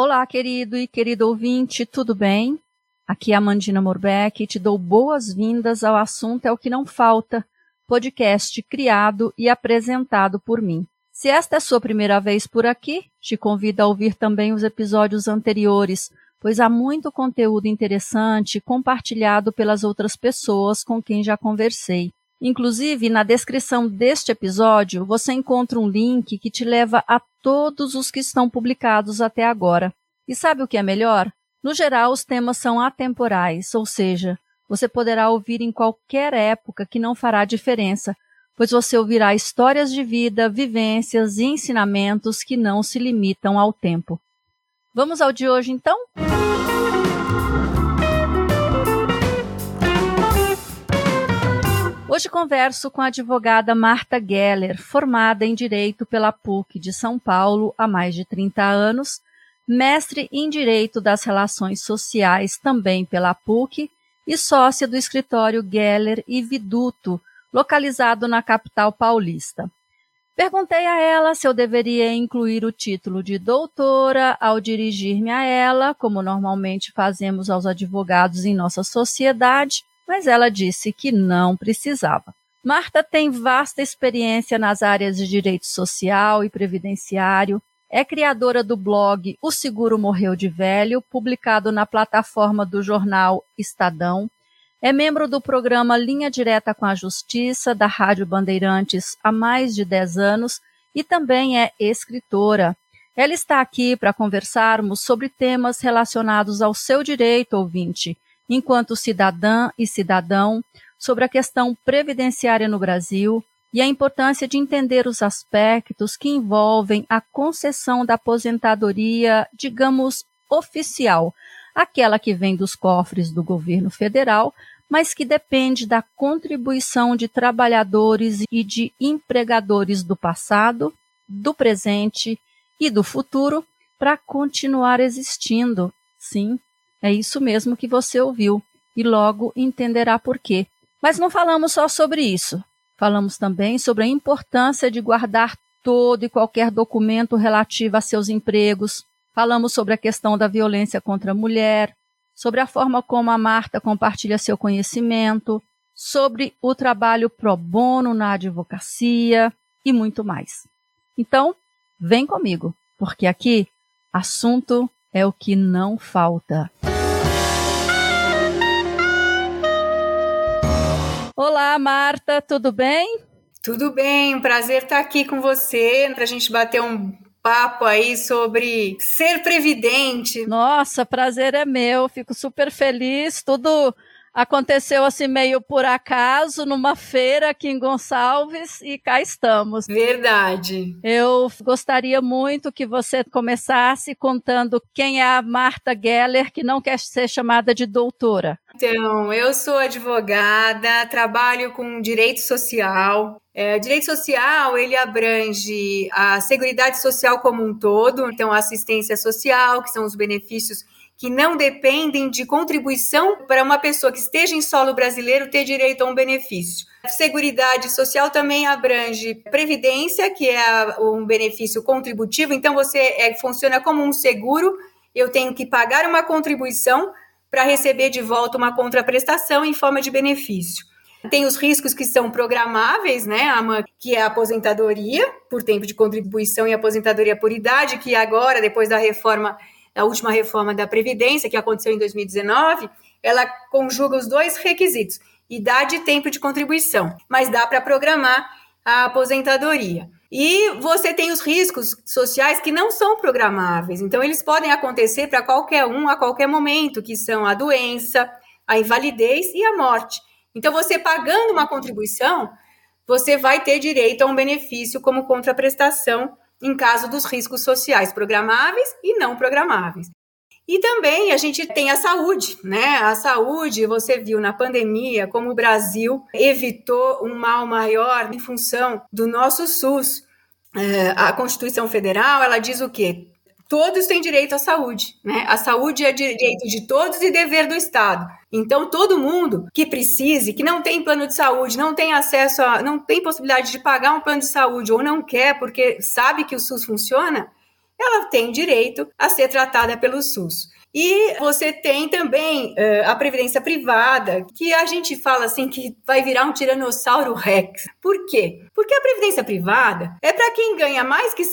Olá, querido e querido ouvinte, tudo bem? Aqui é a Mandina Morbeck e te dou boas-vindas ao Assunto é o que não falta, podcast criado e apresentado por mim. Se esta é sua primeira vez por aqui, te convido a ouvir também os episódios anteriores, pois há muito conteúdo interessante compartilhado pelas outras pessoas com quem já conversei. Inclusive, na descrição deste episódio, você encontra um link que te leva a todos os que estão publicados até agora. E sabe o que é melhor? No geral, os temas são atemporais, ou seja, você poderá ouvir em qualquer época que não fará diferença, pois você ouvirá histórias de vida, vivências e ensinamentos que não se limitam ao tempo. Vamos ao de hoje, então? Hoje converso com a advogada Marta Geller, formada em Direito pela PUC de São Paulo há mais de 30 anos, mestre em Direito das Relações Sociais também pela PUC e sócia do escritório Geller e Viduto, localizado na capital paulista. Perguntei a ela se eu deveria incluir o título de doutora ao dirigir-me a ela, como normalmente fazemos aos advogados em nossa sociedade, mas ela disse que não precisava. Marta tem vasta experiência nas áreas de direito social e previdenciário, é criadora do blog O Seguro Morreu de Velho, publicado na plataforma do jornal Estadão, é membro do programa Linha Direta com a Justiça, da Rádio Bandeirantes, há mais de 10 anos e também é escritora. Ela está aqui para conversarmos sobre temas relacionados ao seu direito, ouvinte, enquanto cidadã e cidadão, sobre a questão previdenciária no Brasil e a importância de entender os aspectos que envolvem a concessão da aposentadoria, digamos, oficial, aquela que vem dos cofres do governo federal, mas que depende da contribuição de trabalhadores e de empregadores do passado, do presente e do futuro para continuar existindo. Sim, é isso mesmo que você ouviu e logo entenderá por quê. Mas não falamos só sobre isso. Falamos também sobre a importância de guardar todo e qualquer documento relativo a seus empregos. Falamos sobre a questão da violência contra a mulher, sobre a forma como a Marta compartilha seu conhecimento, sobre o trabalho pro bono na advocacia e muito mais. Então, vem comigo, porque aqui assunto é o que não falta. Olá, Marta, tudo bem? Tudo bem, um prazer estar aqui com você, para a gente bater um papo aí sobre ser previdente. Nossa, prazer é meu, fico super feliz, tudo aconteceu assim meio por acaso, numa feira aqui em Gonçalves e cá estamos. Verdade. Eu gostaria muito que você começasse contando quem é a Marta Geller, que não quer ser chamada de doutora. Então, eu sou advogada, trabalho com direito social. Direito social, ele abrange a Seguridade Social como um todo, então a assistência social, que são os benefícios que não dependem de contribuição para uma pessoa que esteja em solo brasileiro ter direito a um benefício. A Seguridade Social também abrange previdência, que é um benefício contributivo, então você funciona como um seguro, eu tenho que pagar uma contribuição para receber de volta uma contraprestação em forma de benefício. Tem os riscos que são programáveis, né, que é a aposentadoria por tempo de contribuição e aposentadoria por idade, que agora, depois da última reforma da Previdência, que aconteceu em 2019, ela conjuga os dois requisitos, idade e tempo de contribuição, mas dá para programar a aposentadoria. E você tem os riscos sociais que não são programáveis, então eles podem acontecer para qualquer um a qualquer momento, que são a doença, a invalidez e a morte. Então você pagando uma contribuição, você vai ter direito a um benefício como contraprestação em caso dos riscos sociais programáveis e não programáveis. E também a gente tem a saúde, né? A saúde, você viu na pandemia como o Brasil evitou um mal maior em função do nosso SUS. A Constituição Federal, ela diz o quê? Todos têm direito à saúde, né? A saúde é direito de todos e dever do Estado. Então, todo mundo que precise, que não tem plano de saúde, não tem acesso não tem possibilidade de pagar um plano de saúde ou não quer porque sabe que o SUS funciona, ela tem direito a ser tratada pelo SUS. E você tem também a previdência privada, que a gente fala assim que vai virar um tiranossauro rex. Por quê? Porque a previdência privada é para quem ganha mais que R$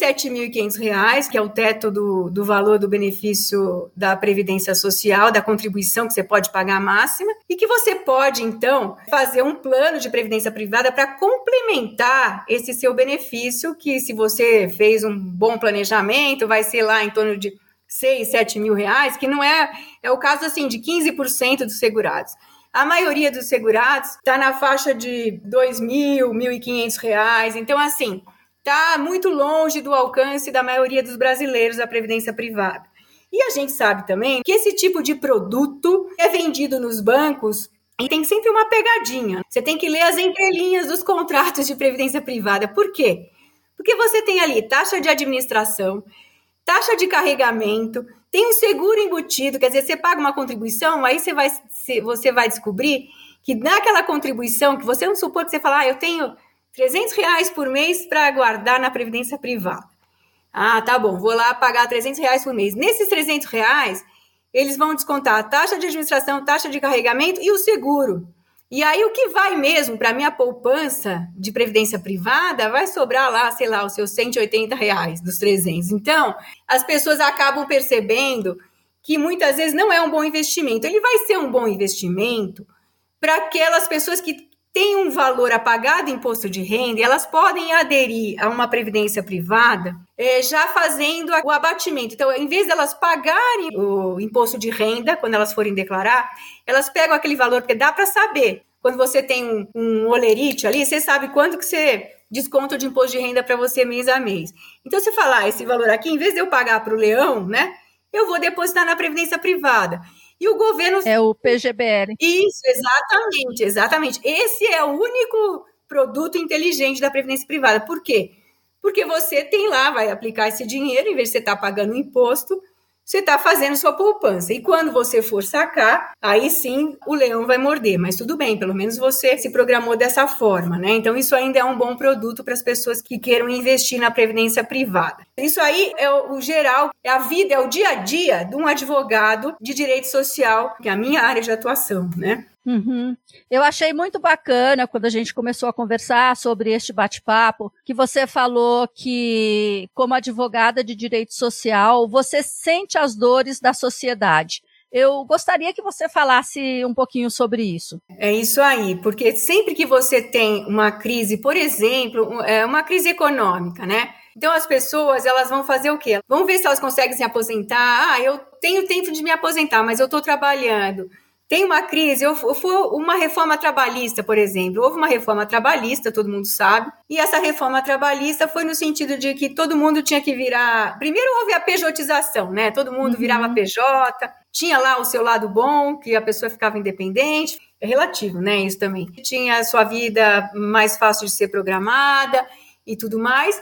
7.500, que é o teto do valor do benefício da previdência social, da contribuição que você pode pagar máxima, e que você pode, então, fazer um plano de previdência privada para complementar esse seu benefício, que se você fez um bom planejamento, vai ser lá em torno de 6, 7 mil reais, que não é o caso assim de 15% dos segurados. A maioria dos segurados está na faixa de 2.000, 1.500 reais. Então, assim, está muito longe do alcance da maioria dos brasileiros da previdência privada. E a gente sabe também que esse tipo de produto é vendido nos bancos e tem sempre uma pegadinha. Você tem que ler as entrelinhas dos contratos de previdência privada. Por quê? Porque você tem ali taxa de administração, taxa de carregamento, tem um seguro embutido, quer dizer, você paga uma contribuição, aí você vai descobrir que naquela contribuição, que você, vamos supor que você fala, eu tenho R$300 por mês para guardar na previdência privada. Ah, tá bom, vou lá pagar R$300 por mês. Nesses R$300, eles vão descontar a taxa de administração, taxa de carregamento e o seguro. E aí o que vai mesmo para a minha poupança de previdência privada vai sobrar lá, sei lá, os seus R$180 dos 300. Então, as pessoas acabam percebendo que muitas vezes não é um bom investimento. Ele vai ser um bom investimento para aquelas pessoas que têm um valor a pagar de imposto de renda e elas podem aderir a uma previdência privada já fazendo o abatimento. Então, em vez de elas pagarem o imposto de renda, quando elas forem declarar, elas pegam aquele valor, porque dá para saber. Quando você tem um olerite ali, você sabe quanto que você desconta de imposto de renda para você mês a mês. Então, você fala, esse valor aqui, em vez de eu pagar para o leão, né, eu vou depositar na previdência privada. E o governo... É o PGBL. Isso, exatamente. Esse é o único produto inteligente da previdência privada. Por quê? Porque você tem lá, vai aplicar esse dinheiro, em vez de você estar pagando o imposto, você está fazendo sua poupança. E quando você for sacar, aí sim o leão vai morder. Mas tudo bem, pelo menos você se programou dessa forma, né? Então isso ainda é um bom produto para as pessoas que queiram investir na previdência privada. Isso aí é o geral, é a vida, é o dia a dia de um advogado de direito social, que é a minha área de atuação, né? Uhum. Eu achei muito bacana quando a gente começou a conversar sobre este bate-papo, que você falou que, como advogada de direito social, você sente as dores da sociedade. Eu gostaria que você falasse um pouquinho sobre isso. É isso aí, porque sempre que você tem uma crise, por exemplo, uma crise econômica, né? Então, as pessoas, elas vão fazer o quê? Vão ver se elas conseguem se aposentar. Eu tenho tempo de me aposentar, mas eu estou trabalhando. Tem uma crise, uma reforma trabalhista, por exemplo. Houve uma reforma trabalhista, todo mundo sabe. E essa reforma trabalhista foi no sentido de que todo mundo tinha que virar... Primeiro houve a pejotização, né? Todo mundo virava PJ. Tinha lá o seu lado bom, que a pessoa ficava independente. É relativo, né? Isso também. Tinha a sua vida mais fácil de ser programada e tudo mais.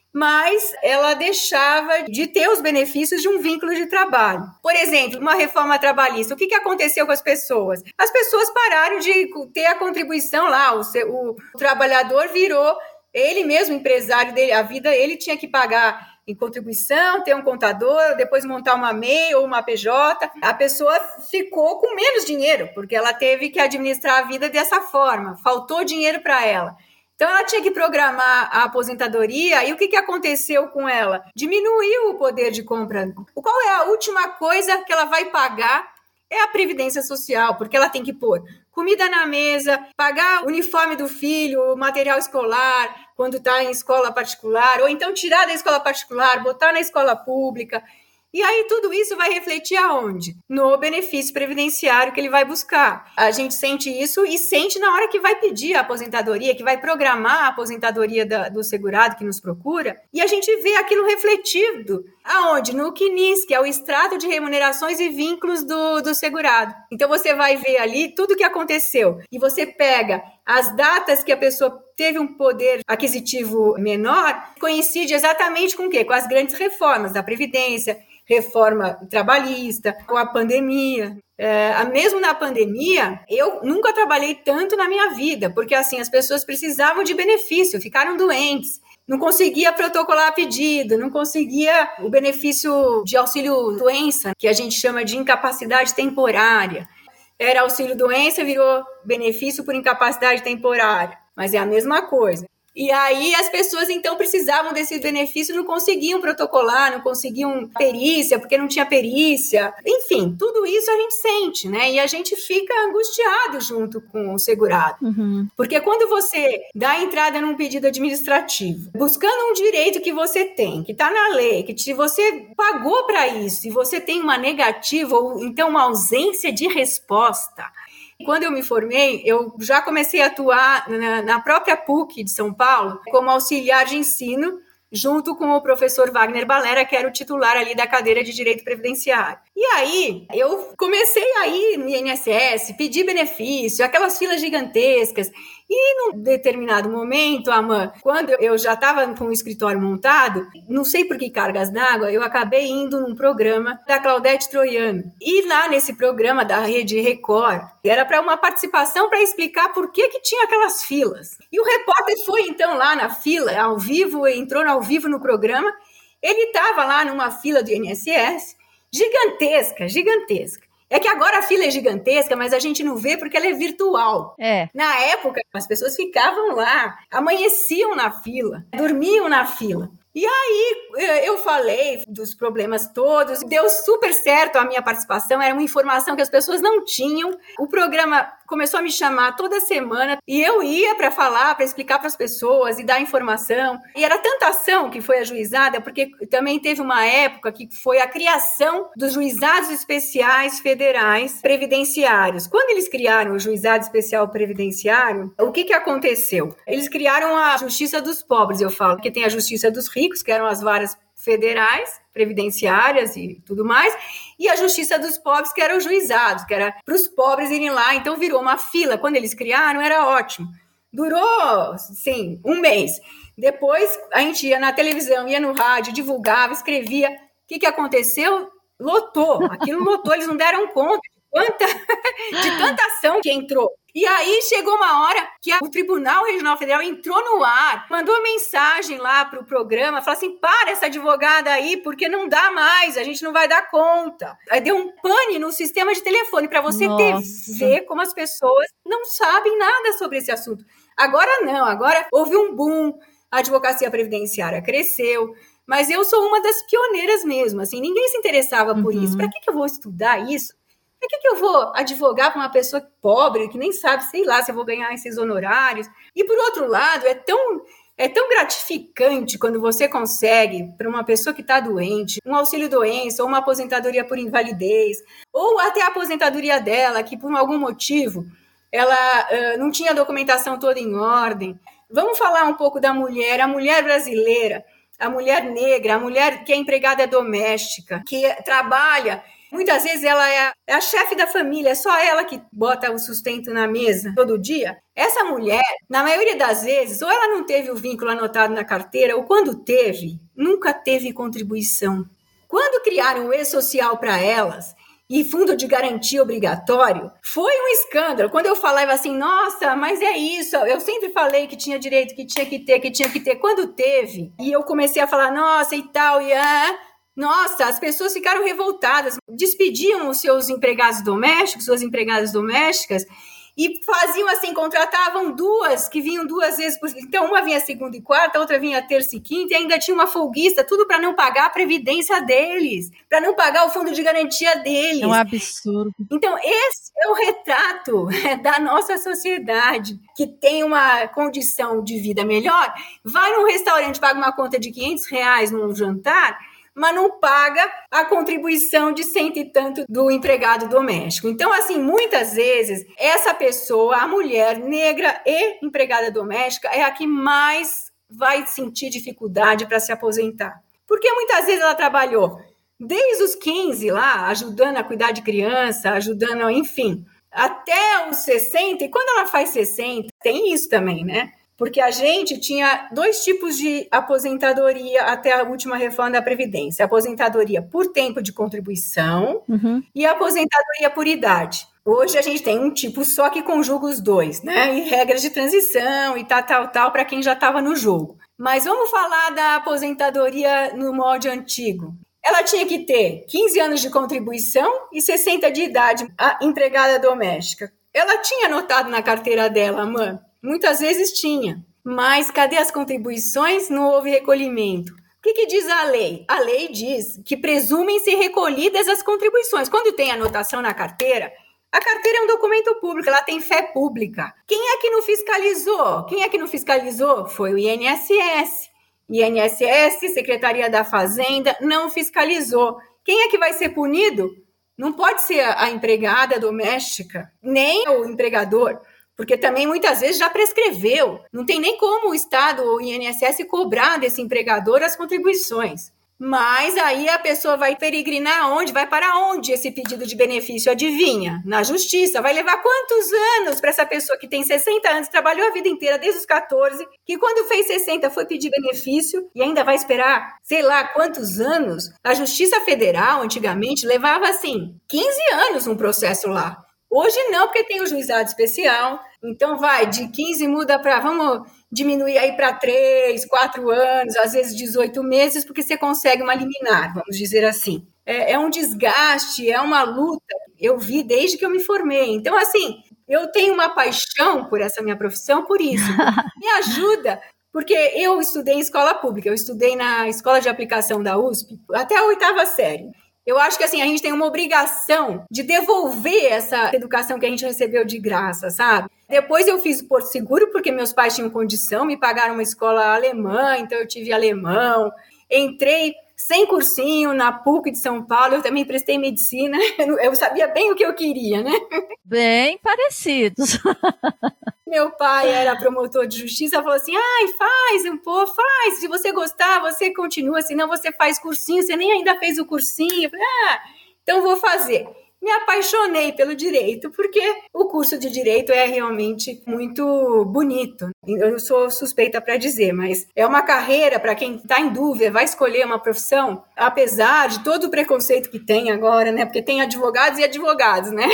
Mas ela deixava de ter os benefícios de um vínculo de trabalho. Por exemplo, uma reforma trabalhista, o que aconteceu com as pessoas? As pessoas pararam de ter a contribuição lá, o trabalhador virou, ele mesmo, empresário dele, a vida, ele tinha que pagar em contribuição, ter um contador, depois montar uma MEI ou uma PJ. A pessoa ficou com menos dinheiro, porque ela teve que administrar a vida dessa forma, faltou dinheiro para ela. Então, ela tinha que programar a aposentadoria e o que aconteceu com ela? Diminuiu o poder de compra. Qual é a última coisa que ela vai pagar? É a previdência social, porque ela tem que pôr comida na mesa, pagar o uniforme do filho, material escolar, quando está em escola particular, ou então tirar da escola particular, botar na escola pública. E aí tudo isso vai refletir aonde? No benefício previdenciário que ele vai buscar. A gente sente isso e sente na hora que vai pedir a aposentadoria, que vai programar a aposentadoria do segurado que nos procura, e a gente vê aquilo refletido. Aonde? No CNIS, que é o extrato de remunerações e vínculos do segurado. Então você vai ver ali tudo o que aconteceu e você pega as datas que a pessoa teve um poder aquisitivo menor, coincide exatamente com o quê? Com as grandes reformas da Previdência, reforma trabalhista, com a pandemia. Mesmo na pandemia, eu nunca trabalhei tanto na minha vida, porque assim, as pessoas precisavam de benefício, ficaram doentes. não conseguia protocolar pedido, não conseguia o benefício de auxílio-doença, que a gente chama de incapacidade temporária. Era auxílio-doença, virou benefício por incapacidade temporária, mas é a mesma coisa. E aí as pessoas, então, precisavam desse benefício, não conseguiam protocolar, não conseguiam perícia, porque não tinha perícia. Enfim, tudo isso a gente sente, né? E a gente fica angustiado junto com o segurado. Porque quando você dá entrada num pedido administrativo, buscando um direito que você tem, que está na lei, que você pagou para isso, e você tem uma negativa ou então uma ausência de resposta. Quando eu me formei, eu já comecei a atuar na própria PUC de São Paulo como auxiliar de ensino, junto com o professor Wagner Balera, que era o titular ali da cadeira de Direito Previdenciário. E aí, eu comecei a ir no INSS, pedir benefício, aquelas filas gigantescas. E num determinado momento, Amã, quando eu já estava com o escritório montado, não sei por que cargas d'água, eu acabei indo num programa da Claudete Troiano. E lá nesse programa da Rede Record, era para uma participação para explicar por que tinha aquelas filas. E o repórter foi então lá na fila, ao vivo, entrou ao vivo no programa. Ele estava lá numa fila do INSS, gigantesca. É que agora a fila é gigantesca, mas a gente não vê porque ela é virtual. Na época, as pessoas ficavam lá, amanheciam na fila, dormiam na fila. E aí eu falei dos problemas todos, deu super certo a minha participação, era uma informação que as pessoas não tinham. O programa começou a me chamar toda semana e eu ia para falar, para explicar para as pessoas e dar informação. E era tanta ação que foi ajuizada, porque também teve uma época que foi a criação dos juizados especiais federais previdenciários. Quando eles criaram o juizado especial previdenciário, o que aconteceu? Eles criaram a justiça dos pobres, eu falo, porque tem a justiça dos ricos, que eram as varas federais, previdenciárias e tudo mais, e a justiça dos pobres, que eram os juizados, que era para os pobres irem lá, então virou uma fila. Quando eles criaram, era ótimo. Durou, sim, um mês. Depois, a gente ia na televisão, ia no rádio, divulgava, escrevia. O que aconteceu? Lotou, aquilo lotou, eles não deram conta de tanta ação que entrou. E aí chegou uma hora que o Tribunal Regional Federal entrou no ar, mandou mensagem lá para o programa, falou assim, para essa advogada aí, porque não dá mais, a gente não vai dar conta. Aí deu um pane no sistema de telefone para você ver como as pessoas não sabem nada sobre esse assunto. Agora não, agora houve um boom, a advocacia previdenciária cresceu, mas eu sou uma das pioneiras mesmo, assim, ninguém se interessava por isso. Para que eu vou estudar isso? Por que eu vou advogar para uma pessoa pobre, que nem sabe, sei lá, se eu vou ganhar esses honorários? E, por outro lado, é tão gratificante quando você consegue, para uma pessoa que está doente, um auxílio-doença, ou uma aposentadoria por invalidez, ou até a aposentadoria dela, que por algum motivo ela não tinha a documentação toda em ordem. Vamos falar um pouco da mulher, a mulher brasileira, a mulher negra, a mulher que é empregada doméstica, que trabalha. Muitas vezes ela é a chefe da família, é só ela que bota o sustento na mesa todo dia. Essa mulher, na maioria das vezes, ou ela não teve o vínculo anotado na carteira, ou quando teve, nunca teve contribuição. Quando criaram o E-Social para elas e fundo de garantia obrigatório, foi um escândalo. Quando eu falava assim, nossa, mas é isso, eu sempre falei que tinha direito, que tinha que ter. Quando teve, e eu comecei a falar, nossa, e tal, nossa, as pessoas ficaram revoltadas, despediam os seus empregados domésticos, suas empregadas domésticas, e faziam assim, contratavam duas, que vinham 2 vezes por... Então, uma vinha segunda e quarta, a outra vinha terça e quinta, e ainda tinha uma folguista, tudo para não pagar a previdência deles, para não pagar o fundo de garantia deles. É um absurdo. Então, esse é o retrato da nossa sociedade, que tem uma condição de vida melhor, vai num restaurante, paga uma conta de R$500 num jantar, mas não paga a contribuição de 100 e tanto do empregado doméstico. Então, assim, muitas vezes, essa pessoa, a mulher negra e empregada doméstica, é a que mais vai sentir dificuldade para se aposentar. Porque muitas vezes ela trabalhou desde os 15 lá, ajudando a cuidar de criança, ajudando, enfim, até os 60, e quando ela faz 60, tem isso também, né? Porque a gente tinha 2 tipos de aposentadoria até a última reforma da Previdência. Aposentadoria por tempo de contribuição e aposentadoria por idade. Hoje a gente tem um tipo só que conjuga os dois, né? E regras de transição e tal, para quem já estava no jogo. Mas vamos falar da aposentadoria no molde antigo. Ela tinha que ter 15 anos de contribuição e 60 de idade, a empregada doméstica. Ela tinha anotado na carteira dela, mãe. Muitas vezes tinha. Mas cadê as contribuições? Não houve recolhimento. O que diz a lei? A lei diz que presumem ser recolhidas as contribuições. Quando tem anotação na carteira, a carteira é um documento público, ela tem fé pública. Quem é que não fiscalizou? Quem é que não fiscalizou? Foi o INSS. INSS, Secretaria da Fazenda, não fiscalizou. Quem é que vai ser punido? Não pode ser a empregada doméstica, nem o empregador, porque também muitas vezes já prescreveu. Não tem nem como o Estado ou o INSS cobrar desse empregador as contribuições. Mas aí a pessoa vai peregrinar onde? Vai para onde esse pedido de benefício? Adivinha? Na justiça. Vai levar quantos anos para essa pessoa que tem 60 anos, trabalhou a vida inteira desde os 14, que quando fez 60 foi pedir benefício e ainda vai esperar, sei lá, quantos anos? A Justiça Federal, antigamente, levava, assim, 15 anos um processo lá. Hoje não, porque tem o juizado especial. Então vai, de 15 muda para, vamos diminuir aí para 3, 4 anos, às vezes 18 meses, porque você consegue uma liminar, vamos dizer assim. É um desgaste, é uma luta. Eu vi desde que eu me formei. Então, assim, eu tenho uma paixão por essa minha profissão, por isso. Me ajuda, porque eu estudei em escola pública, eu estudei na Escola de Aplicação da USP, até a 8ª série. Eu acho que assim, a gente tem uma obrigação de devolver essa educação que a gente recebeu de graça, sabe? Depois eu fiz o Porto Seguro, porque meus pais tinham condição, me pagaram uma escola alemã, então eu tive alemão. Entrei sem cursinho na PUC de São Paulo, eu também prestei medicina, eu sabia bem o que eu queria, né? Bem parecidos. Meu pai era promotor de justiça, falou assim, faz, se você gostar, você continua, senão você faz cursinho, você nem ainda fez o cursinho. Eu falei, então vou fazer. Me apaixonei pelo direito, porque o curso de direito é realmente muito bonito. Eu não sou suspeita para dizer, mas é uma carreira para quem está em dúvida, vai escolher uma profissão, apesar de todo o preconceito que tem agora, né? Porque tem advogados e advogados, né?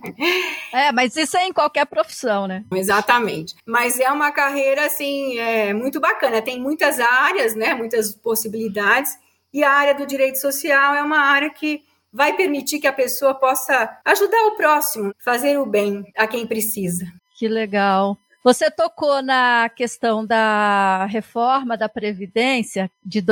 Mas isso é em qualquer profissão, né? Exatamente. Mas é uma carreira, assim, muito bacana. Tem muitas áreas, né? Muitas possibilidades. E a área do direito social é uma área que vai permitir que a pessoa possa ajudar o próximo, fazer o bem a quem precisa. Que legal. Você tocou na questão da reforma da Previdência de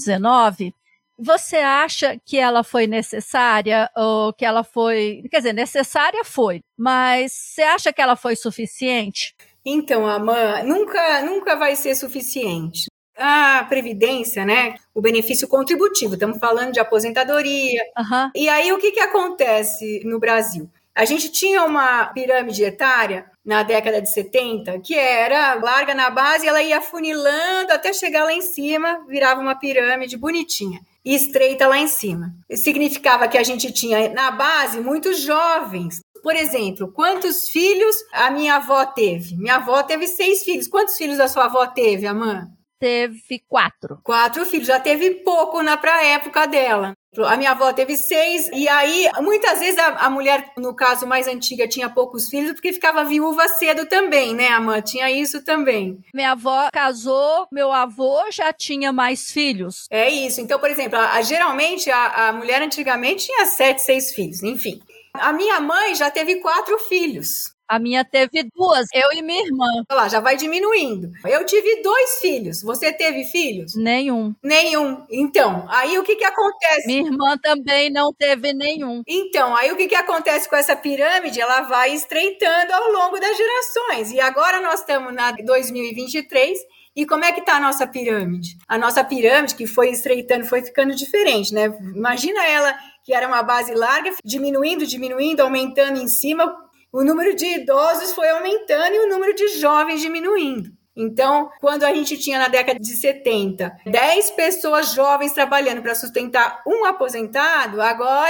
2019. Você acha que ela foi necessária ou que ela foi... Quer dizer, necessária foi, mas você acha que ela foi suficiente? Então, Amã, nunca vai ser suficiente. A Previdência, né, o benefício contributivo, estamos falando de aposentadoria. Uhum. E aí, o que acontece no Brasil? A gente tinha uma pirâmide etária na década de 70, que era larga na base, ela ia funilando até chegar lá em cima, virava uma pirâmide bonitinha e estreita lá em cima. Isso significava que a gente tinha na base muitos jovens. Por exemplo, quantos filhos a minha avó teve? Minha avó teve 6 filhos. Quantos filhos a sua avó teve, Amã? Teve 4. 4 filhos, já teve pouco pra época dela. A minha avó teve 6, e aí, muitas vezes, a mulher, no caso mais antiga, tinha poucos filhos, porque ficava viúva cedo também, né, Amã? Tinha isso também. Minha avó casou, meu avô já tinha mais filhos. É isso. Então, por exemplo, geralmente, a mulher antigamente tinha 7, 6 filhos, enfim. A minha mãe já teve 4 filhos. A minha teve 2, eu e minha irmã. Olha lá, já vai diminuindo. Eu tive 2 filhos. Você teve filhos? Nenhum. Então, aí o que acontece? Minha irmã também não teve nenhum. Então, aí o que acontece com essa pirâmide? Ela vai estreitando ao longo das gerações. E agora nós estamos na 2023. E como é que está a nossa pirâmide? A nossa pirâmide, que foi estreitando, foi ficando diferente, né? Imagina ela, que era uma base larga, diminuindo, aumentando em cima. O número de idosos foi aumentando e o número de jovens diminuindo. Então, quando a gente tinha na década de 70, 10 pessoas jovens trabalhando para sustentar um aposentado, agora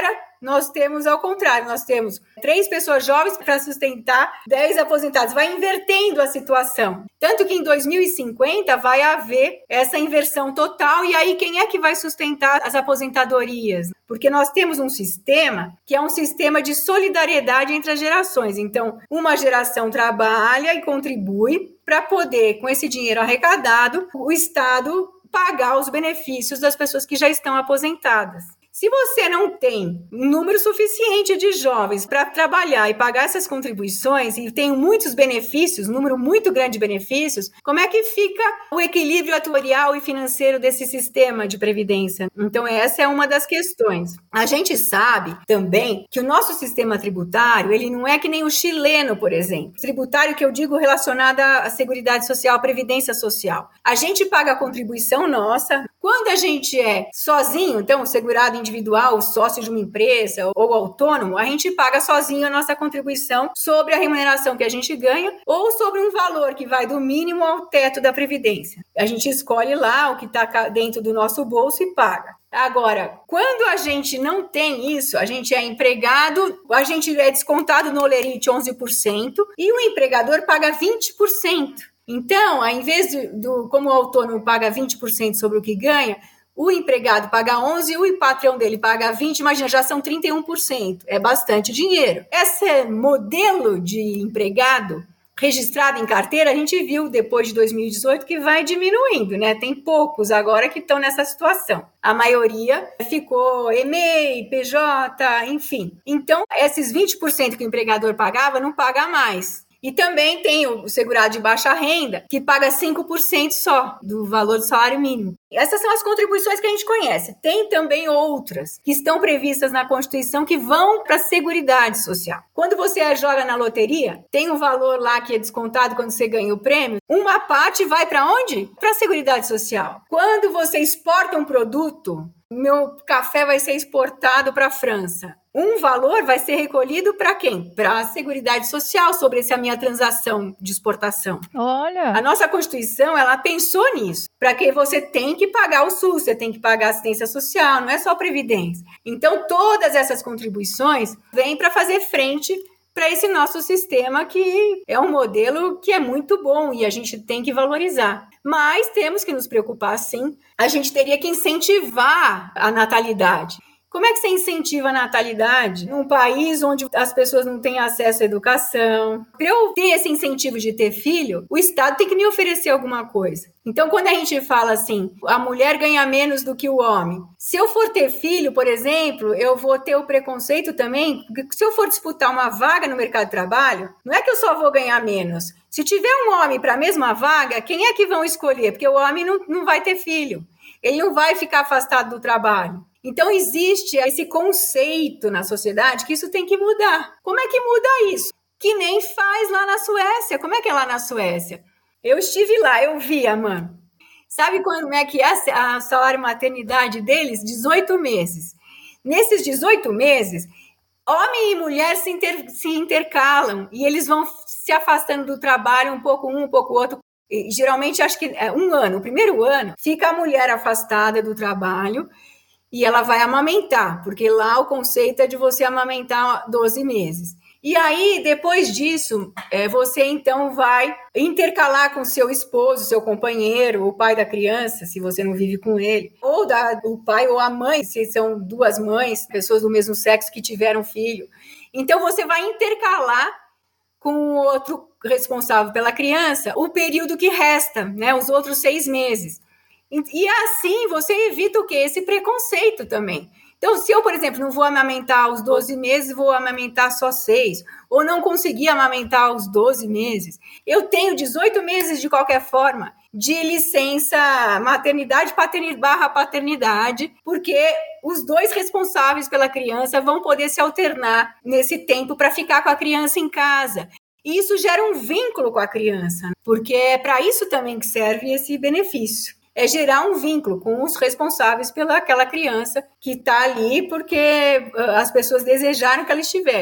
nós temos ao contrário, nós temos 3 pessoas jovens para sustentar 10 aposentados. Vai invertendo a situação. Tanto que em 2050 vai haver essa inversão total, e aí quem é que vai sustentar as aposentadorias? Porque nós temos um sistema que é um sistema de solidariedade entre as gerações. Então, uma geração trabalha e contribui para poder, com esse dinheiro arrecadado, o Estado pagar os benefícios das pessoas que já estão aposentadas. Se você não tem um número suficiente de jovens para trabalhar e pagar essas contribuições e tem muitos benefícios, um número muito grande de benefícios, como é que fica o equilíbrio atuarial e financeiro desse sistema de previdência? Então, essa é uma das questões. A gente sabe também que o nosso sistema tributário, ele não é que nem o chileno, por exemplo. Tributário que eu digo relacionado à Seguridade Social, à Previdência Social. A gente paga a contribuição nossa. Quando a gente é sozinho, então, segurado individual, sócio de uma empresa ou autônomo, a gente paga sozinho a nossa contribuição sobre a remuneração que a gente ganha ou sobre um valor que vai do mínimo ao teto da Previdência. A gente escolhe lá o que está dentro do nosso bolso e paga. Agora, quando a gente não tem isso, a gente é empregado, a gente é descontado no Olerite 11% e o empregador paga 20%. Então, ao invés como o autônomo paga 20% sobre o que ganha, o empregado paga 11% e o patrão dele paga 20%, imagina, já são 31%. É bastante dinheiro. Esse modelo de empregado registrado em carteira, a gente viu depois de 2018 que vai diminuindo, né? Tem poucos agora que estão nessa situação. A maioria ficou EMEI, PJ, enfim. Então, esses 20% que o empregador pagava, não paga mais. E também tem o segurado de baixa renda, que paga 5% só do valor do salário mínimo. Essas são as contribuições que a gente conhece. Tem também outras que estão previstas na Constituição que vão para a Seguridade Social. Quando você joga na loteria, tem um valor lá que é descontado quando você ganha o prêmio. Uma parte vai para onde? Para a Seguridade Social. Quando você exporta um produto, meu café vai ser exportado para a França. Um valor vai ser recolhido para quem? Para a Seguridade Social, sobre essa minha transação de exportação. Olha! A nossa Constituição, ela pensou nisso, para que você tem que pagar o SUS, você tem que pagar a assistência social, não é só a Previdência. Então, todas essas contribuições vêm para fazer frente para esse nosso sistema, que é um modelo que é muito bom e a gente tem que valorizar. Mas temos que nos preocupar, sim. A gente teria que incentivar a natalidade. Como é que você incentiva a natalidade num país onde as pessoas não têm acesso à educação? Para eu ter esse incentivo de ter filho, o Estado tem que me oferecer alguma coisa. Então, quando a gente fala assim, a mulher ganha menos do que o homem. Se eu for ter filho, por exemplo, eu vou ter o preconceito também, porque se eu for disputar uma vaga no mercado de trabalho, não é que eu só vou ganhar menos. Se tiver um homem para a mesma vaga, quem é que vão escolher? Porque o homem não vai ter filho. Ele não vai ficar afastado do trabalho. Então, existe esse conceito na sociedade que isso tem que mudar. Como é que muda isso? Que nem faz lá na Suécia. Como é que é lá na Suécia? Eu estive lá, eu vi, mano. Sabe como é que é a salário maternidade deles? 18 meses. Nesses 18 meses, homem e mulher se intercalam e eles vão se afastando do trabalho um pouco outro. E, geralmente, acho que é um ano. O primeiro ano, fica a mulher afastada do trabalho e ela vai amamentar, porque lá o conceito é de você amamentar 12 meses. E aí, depois disso, você então vai intercalar com seu esposo, seu companheiro, o pai da criança, se você não vive com ele, ou o pai ou a mãe, se são duas mães, pessoas do mesmo sexo que tiveram filho. Então, você vai intercalar com o outro responsável pela criança o período que resta, né, os outros 6 meses. E assim você evita o quê? Esse preconceito também. Então, se eu, por exemplo, não vou amamentar os 12 meses, vou amamentar só 6, ou não consegui amamentar os 12 meses, eu tenho 18 meses de qualquer forma de licença maternidade, paternidade, porque os dois responsáveis pela criança vão poder se alternar nesse tempo para ficar com a criança em casa. E isso gera um vínculo com a criança, porque é para isso também que serve esse benefício. É gerar um vínculo com os responsáveis pelaquela criança que está ali porque as pessoas desejaram que ela estivesse.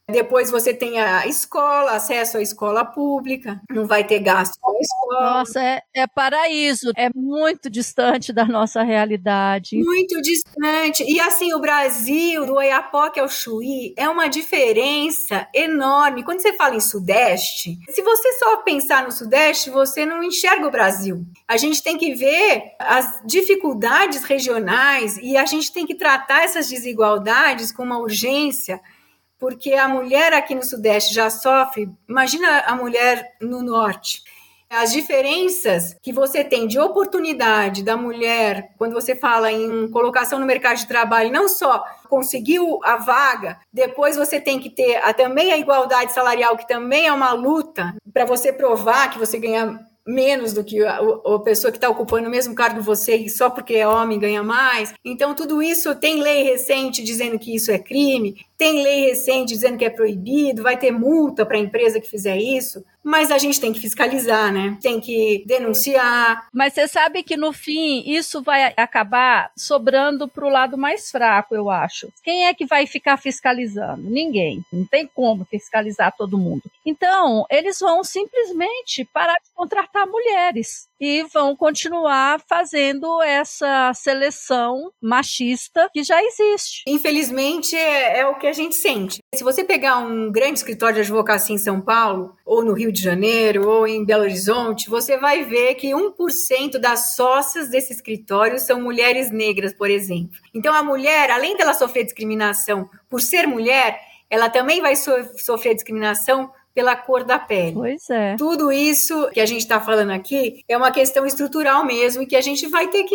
Depois você tem a escola, acesso à escola pública, não vai ter gasto com a escola. Nossa, é paraíso, é muito distante da nossa realidade. Muito distante. E assim, o Brasil, do Oiapoque ao Chuí, é uma diferença enorme. Quando você fala em Sudeste, se você só pensar no Sudeste, você não enxerga o Brasil. A gente tem que ver as dificuldades regionais e a gente tem que tratar essas desigualdades com uma urgência, porque a mulher aqui no Sudeste já sofre, imagina a mulher no Norte. As diferenças que você tem de oportunidade da mulher, quando você fala em colocação no mercado de trabalho, não só conseguiu a vaga, depois você tem que ter também a igualdade salarial, que também é uma luta para você provar que você ganha menos do que a pessoa que está ocupando o mesmo cargo que você, e só porque é homem ganha mais. Então, tudo isso tem lei recente dizendo que isso é crime, tem lei recente dizendo que é proibido, vai ter multa para a empresa que fizer isso, mas a gente tem que fiscalizar, né? Tem que denunciar. Mas você sabe que no fim isso vai acabar sobrando para o lado mais fraco, eu acho. Quem é que vai ficar fiscalizando? Ninguém. Não tem como fiscalizar todo mundo. Então, eles vão simplesmente parar de contratar mulheres e vão continuar fazendo essa seleção machista que já existe. Infelizmente, é o que a gente sente. Se você pegar um grande escritório de advocacia em São Paulo, ou no Rio de Janeiro, ou em Belo Horizonte, você vai ver que 1% das sócias desse escritório são mulheres negras, por exemplo. Então, a mulher, além dela sofrer discriminação por ser mulher, ela também vai sofrer discriminação pela cor da pele. Pois é. Tudo isso que a gente está falando aqui é uma questão estrutural mesmo e que a gente vai ter que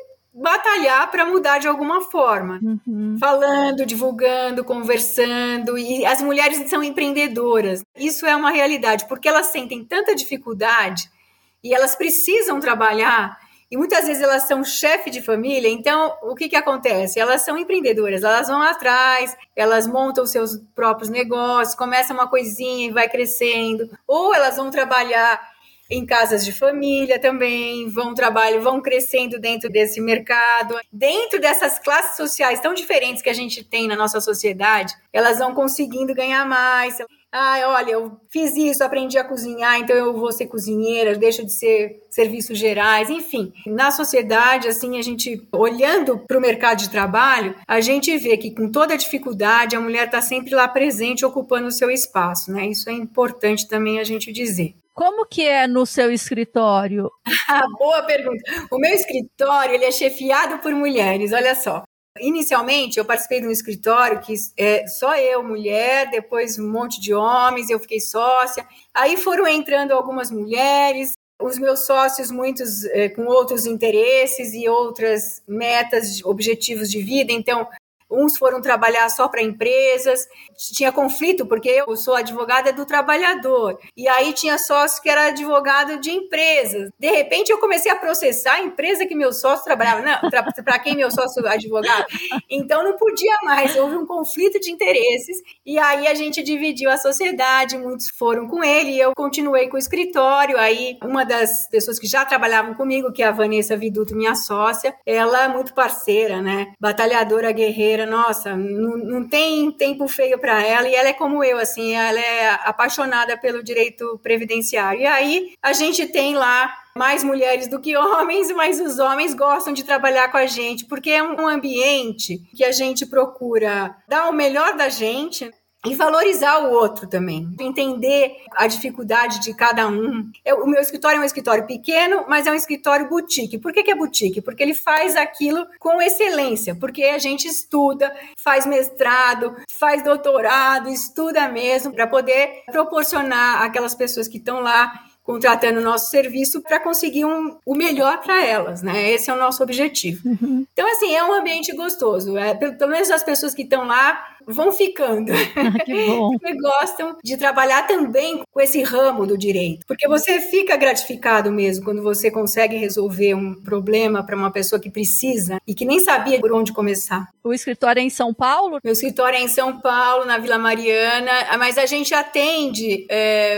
batalhar para mudar de alguma forma. Falando, divulgando, conversando. E as mulheres são empreendedoras. Isso é uma realidade, porque elas sentem tanta dificuldade e elas precisam trabalhar. E muitas vezes elas são chefe de família, então o que acontece? Elas são empreendedoras, elas vão atrás, elas montam seus próprios negócios, começam uma coisinha e vai crescendo, ou elas vão trabalhar em casas de família também, vão crescendo dentro desse mercado. Dentro dessas classes sociais tão diferentes que a gente tem na nossa sociedade, elas vão conseguindo ganhar mais. Olha, eu fiz isso, aprendi a cozinhar, então eu vou ser cozinheira, deixo de ser serviços gerais, enfim. Na sociedade, assim, a gente, olhando para o mercado de trabalho, a gente vê que com toda a dificuldade, a mulher está sempre lá presente, ocupando o seu espaço, né? Isso é importante também a gente dizer. Como que é no seu escritório? Boa pergunta. O meu escritório, ele é chefiado por mulheres, olha só. Inicialmente, eu participei de um escritório que é só eu, mulher, depois um monte de homens, eu fiquei sócia. Aí foram entrando algumas mulheres, os meus sócios, muitos com outros interesses e outras metas, objetivos de vida, então uns foram trabalhar só para empresas, tinha conflito, porque eu sou advogada do trabalhador, e aí tinha sócio que era advogado de empresas. De repente, eu comecei a processar a empresa que meu sócio trabalhava, não, para quem meu sócio é advogado. Então, não podia mais, houve um conflito de interesses, e aí a gente dividiu a sociedade, muitos foram com ele, e eu continuei com o escritório. Aí, uma das pessoas que já trabalhavam comigo, que é a Vanessa Viduto, minha sócia, ela é muito parceira, né? Batalhadora, guerreira, nossa, não tem tempo feio para ela, e ela é como eu, assim, ela é apaixonada pelo direito previdenciário. E aí a gente tem lá mais mulheres do que homens, mas os homens gostam de trabalhar com a gente, porque é um ambiente que a gente procura dar o melhor da gente e valorizar o outro também, entender a dificuldade de cada um. O meu escritório é um escritório pequeno, mas é um escritório boutique. Por que é boutique? Porque ele faz aquilo com excelência, porque a gente estuda, faz mestrado, faz doutorado, estuda mesmo para poder proporcionar àquelas pessoas que estão lá contratando o nosso serviço para conseguir o melhor para elas, né? Esse é o nosso objetivo. Então, assim, é um ambiente gostoso. Pelo menos as pessoas que estão lá vão ficando. Que bom. Porque gostam de trabalhar também com esse ramo do direito. Porque você fica gratificado mesmo quando você consegue resolver um problema para uma pessoa que precisa e que nem sabia por onde começar. O escritório é em São Paulo? Meu escritório é em São Paulo, na Vila Mariana, mas a gente atende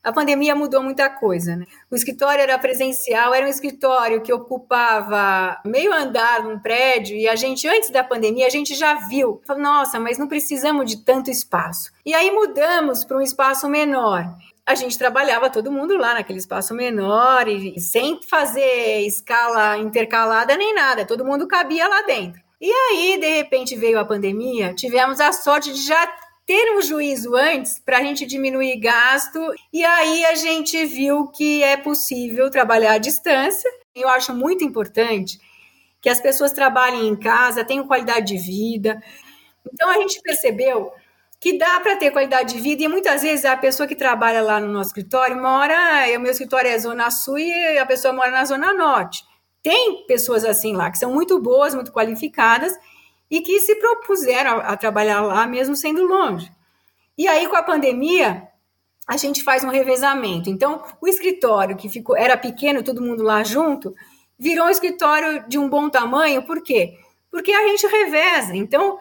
A pandemia mudou muita coisa, né? O escritório era presencial, era um escritório que ocupava meio andar num prédio e a gente, antes da pandemia, a gente já viu. Falou, nossa, mas não precisamos de tanto espaço. E aí mudamos para um espaço menor. A gente trabalhava todo mundo lá naquele espaço menor e sem fazer escala intercalada nem nada, todo mundo cabia lá dentro. E aí, de repente, veio a pandemia, tivemos a sorte de já ter um juízo antes para a gente diminuir gasto, e aí a gente viu que é possível trabalhar à distância. Eu acho muito importante que as pessoas trabalhem em casa, tenham qualidade de vida. Então, a gente percebeu que dá para ter qualidade de vida, e muitas vezes a pessoa que trabalha lá no nosso escritório o meu escritório é Zona Sul e a pessoa mora na Zona Norte. Tem pessoas assim lá, que são muito boas, muito qualificadas, e que se propuseram a trabalhar lá mesmo sendo longe. E aí, com a pandemia, a gente faz um revezamento. Então, o escritório que era pequeno, todo mundo lá junto, virou um escritório de um bom tamanho. Por quê? Porque a gente reveza. Então,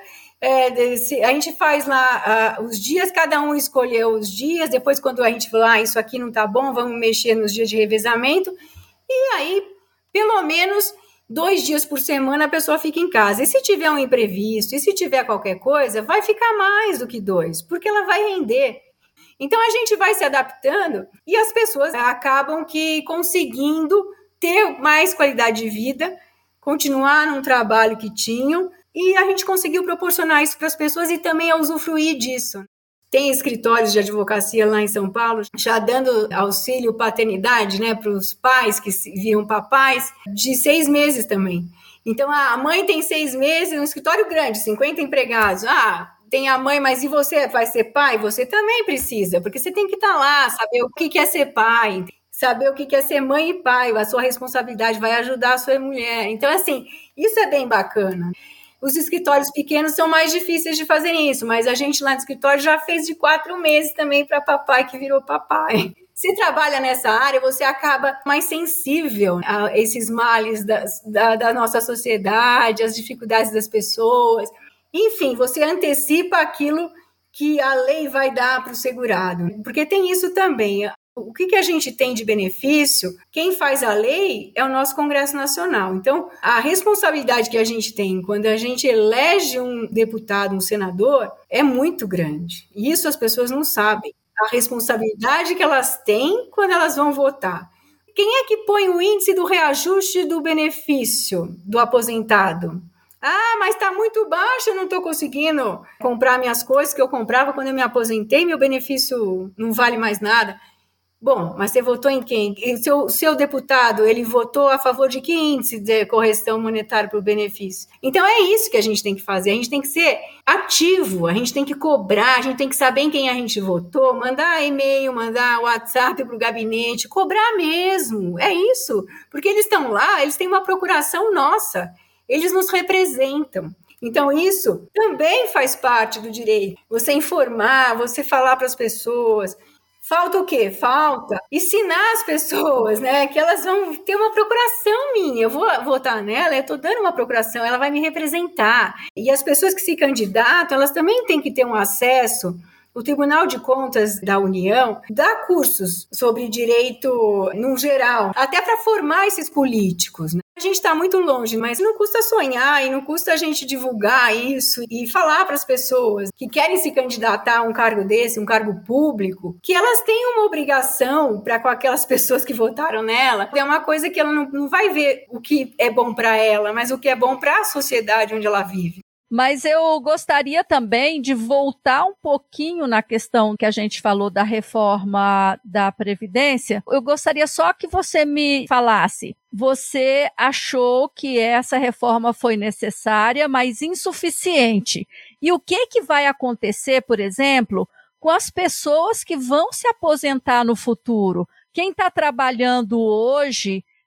a gente faz lá os dias, cada um escolheu os dias, depois quando a gente falou, isso aqui não tá bom, vamos mexer nos dias de revezamento, e aí, pelo menos 2 dias por semana a pessoa fica em casa. E se tiver um imprevisto, e se tiver qualquer coisa, vai ficar mais do que 2, porque ela vai render. Então, a gente vai se adaptando e as pessoas acabam que conseguindo ter mais qualidade de vida, continuar num trabalho que tinham, e a gente conseguiu proporcionar isso para as pessoas e também a usufruir disso. Tem escritórios de advocacia lá em São Paulo, já dando auxílio paternidade, né, para os pais que viram papais, de 6 meses também. Então, a mãe tem 6 meses, um escritório grande, 50 empregados. Tem a mãe, mas e você vai ser pai? Você também precisa, porque você tem que estar lá, saber o que é ser pai, saber o que é ser mãe e pai, a sua responsabilidade vai ajudar a sua mulher. Então, assim, isso é bem bacana. Os escritórios pequenos são mais difíceis de fazer isso, mas a gente lá no escritório já fez de 4 meses também para papai que virou papai. Se trabalha nessa área, você acaba mais sensível a esses males da nossa sociedade, as dificuldades das pessoas. Enfim, você antecipa aquilo que a lei vai dar para o segurado. Porque tem isso também. O que a gente tem de benefício? Quem faz a lei é o nosso Congresso Nacional. Então, a responsabilidade que a gente tem quando a gente elege um deputado, um senador, é muito grande. E isso as pessoas não sabem. A responsabilidade que elas têm quando elas vão votar. Quem é que põe o índice do reajuste do benefício do aposentado? Mas está muito baixo, eu não estou conseguindo comprar minhas coisas que eu comprava quando eu me aposentei, meu benefício não vale mais nada. Bom, mas você votou em quem? Seu deputado, ele votou a favor de que índice de correção monetária para o benefício? Então, é isso que a gente tem que fazer. A gente tem que ser ativo, a gente tem que cobrar, a gente tem que saber em quem a gente votou, mandar e-mail, mandar WhatsApp para o gabinete, cobrar mesmo. É isso, porque eles estão lá, eles têm uma procuração nossa, eles nos representam. Então, isso também faz parte do direito. Você informar, você falar para as pessoas. Falta o quê? Falta ensinar as pessoas, né, que elas vão ter uma procuração minha. Eu vou votar nela, eu estou dando uma procuração, ela vai me representar. E as pessoas que se candidatam, elas também têm que ter um acesso. O Tribunal de Contas da União dá cursos sobre direito no geral, até para formar esses políticos, né? A gente está muito longe, mas não custa sonhar e não custa a gente divulgar isso e falar para as pessoas que querem se candidatar a um cargo desse, um cargo público, que elas têm uma obrigação para com aquelas pessoas que votaram nela. É uma coisa que ela não vai ver o que é bom para ela, mas o que é bom para a sociedade onde ela vive. Mas eu gostaria também de voltar um pouquinho na questão que a gente falou da reforma da Previdência. Eu gostaria só que você me falasse. Você achou que essa reforma foi necessária, mas insuficiente. E o que vai acontecer, por exemplo, com as pessoas que vão se aposentar no futuro? Quem está trabalhando hoje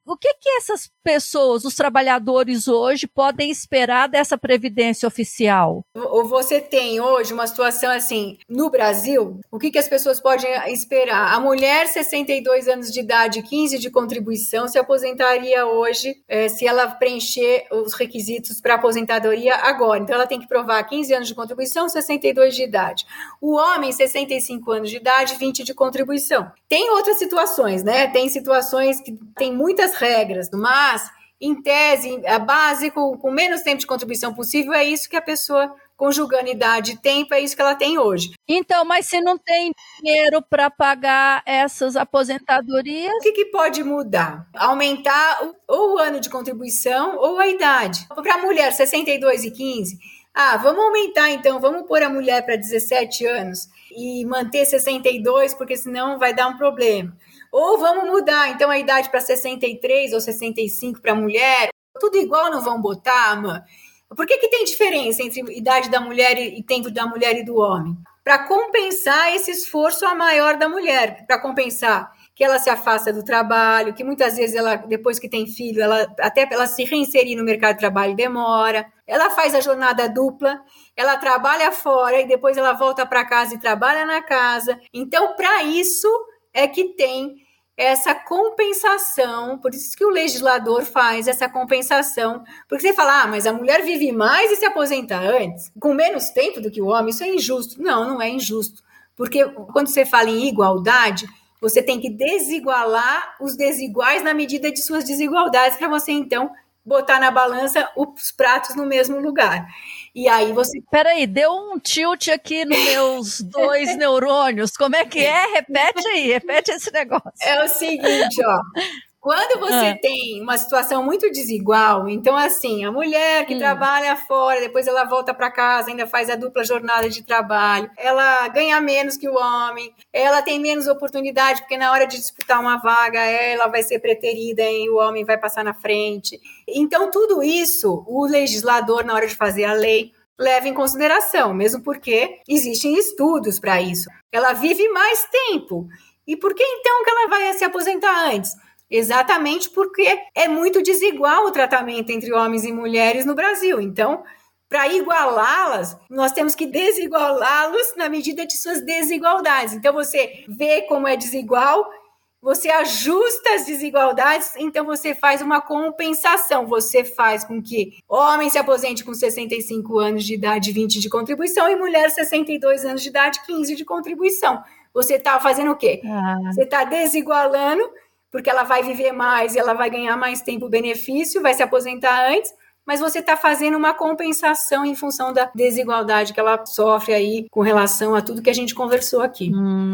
O que essas pessoas, os trabalhadores hoje, podem esperar dessa previdência oficial? Você tem hoje uma situação assim, no Brasil, o que as pessoas podem esperar? A mulher, 62 anos de idade, 15 de contribuição, se aposentaria hoje, se ela preencher os requisitos para aposentadoria agora. Então, ela tem que provar 15 anos de contribuição, 62 de idade. O homem, 65 anos de idade, 20 de contribuição. Tem outras situações, né? Tem situações que tem muitas regras, mas, em tese, a base com menos tempo de contribuição possível é isso que a pessoa, conjugando idade e tempo, é isso que ela tem hoje. Então, mas se não tem dinheiro para pagar essas aposentadorias... O que pode mudar? Aumentar ou o ano de contribuição ou a idade. Para a mulher, 62 e 15, vamos aumentar então, vamos pôr a mulher para 17 anos e manter 62, porque senão vai dar um problema. Ou vamos mudar, então, a idade para 63 ou 65 para a mulher. Tudo igual não vão botar, mano? Por que tem diferença entre idade da mulher e tempo da mulher e do homem? Para compensar esse esforço a maior da mulher, para compensar que ela se afasta do trabalho, que muitas vezes ela, depois que tem filho, até ela se reinserir no mercado de trabalho demora. Ela faz a jornada dupla, ela trabalha fora e depois ela volta para casa e trabalha na casa. Então, para isso é que tem essa compensação, por isso que o legislador faz essa compensação, porque você fala, mas a mulher vive mais e se aposenta antes, com menos tempo do que o homem, isso é injusto. Não é injusto, porque quando você fala em igualdade, você tem que desigualar os desiguais na medida de suas desigualdades, para você, então, botar na balança os pratos no mesmo lugar. E aí você... Peraí, deu um tilt aqui nos meus 2 neurônios. Como é que é? Repete esse negócio. É o seguinte, quando você tem uma situação muito desigual, então, assim, a mulher que trabalha fora, depois ela volta para casa, ainda faz a dupla jornada de trabalho, ela ganha menos que o homem, ela tem menos oportunidade, porque na hora de disputar uma vaga, ela vai ser preterida e o homem vai passar na frente. Então, tudo isso, o legislador, na hora de fazer a lei, leva em consideração, mesmo porque existem estudos para isso. Ela vive mais tempo. E por que, então, que ela vai se aposentar antes? Exatamente porque é muito desigual o tratamento entre homens e mulheres no Brasil. Então, para igualá-las, nós temos que desigualá-los na medida de suas desigualdades. Então, você vê como é desigual, você ajusta as desigualdades, então você faz uma compensação. Você faz com que homem se aposente com 65 anos de idade, 20 de contribuição, e mulher, 62 anos de idade, 15 de contribuição. Você está fazendo o quê? Você está desigualando, porque ela vai viver mais e ela vai ganhar mais tempo benefício, vai se aposentar antes, mas você está fazendo uma compensação em função da desigualdade que ela sofre aí com relação a tudo que a gente conversou aqui.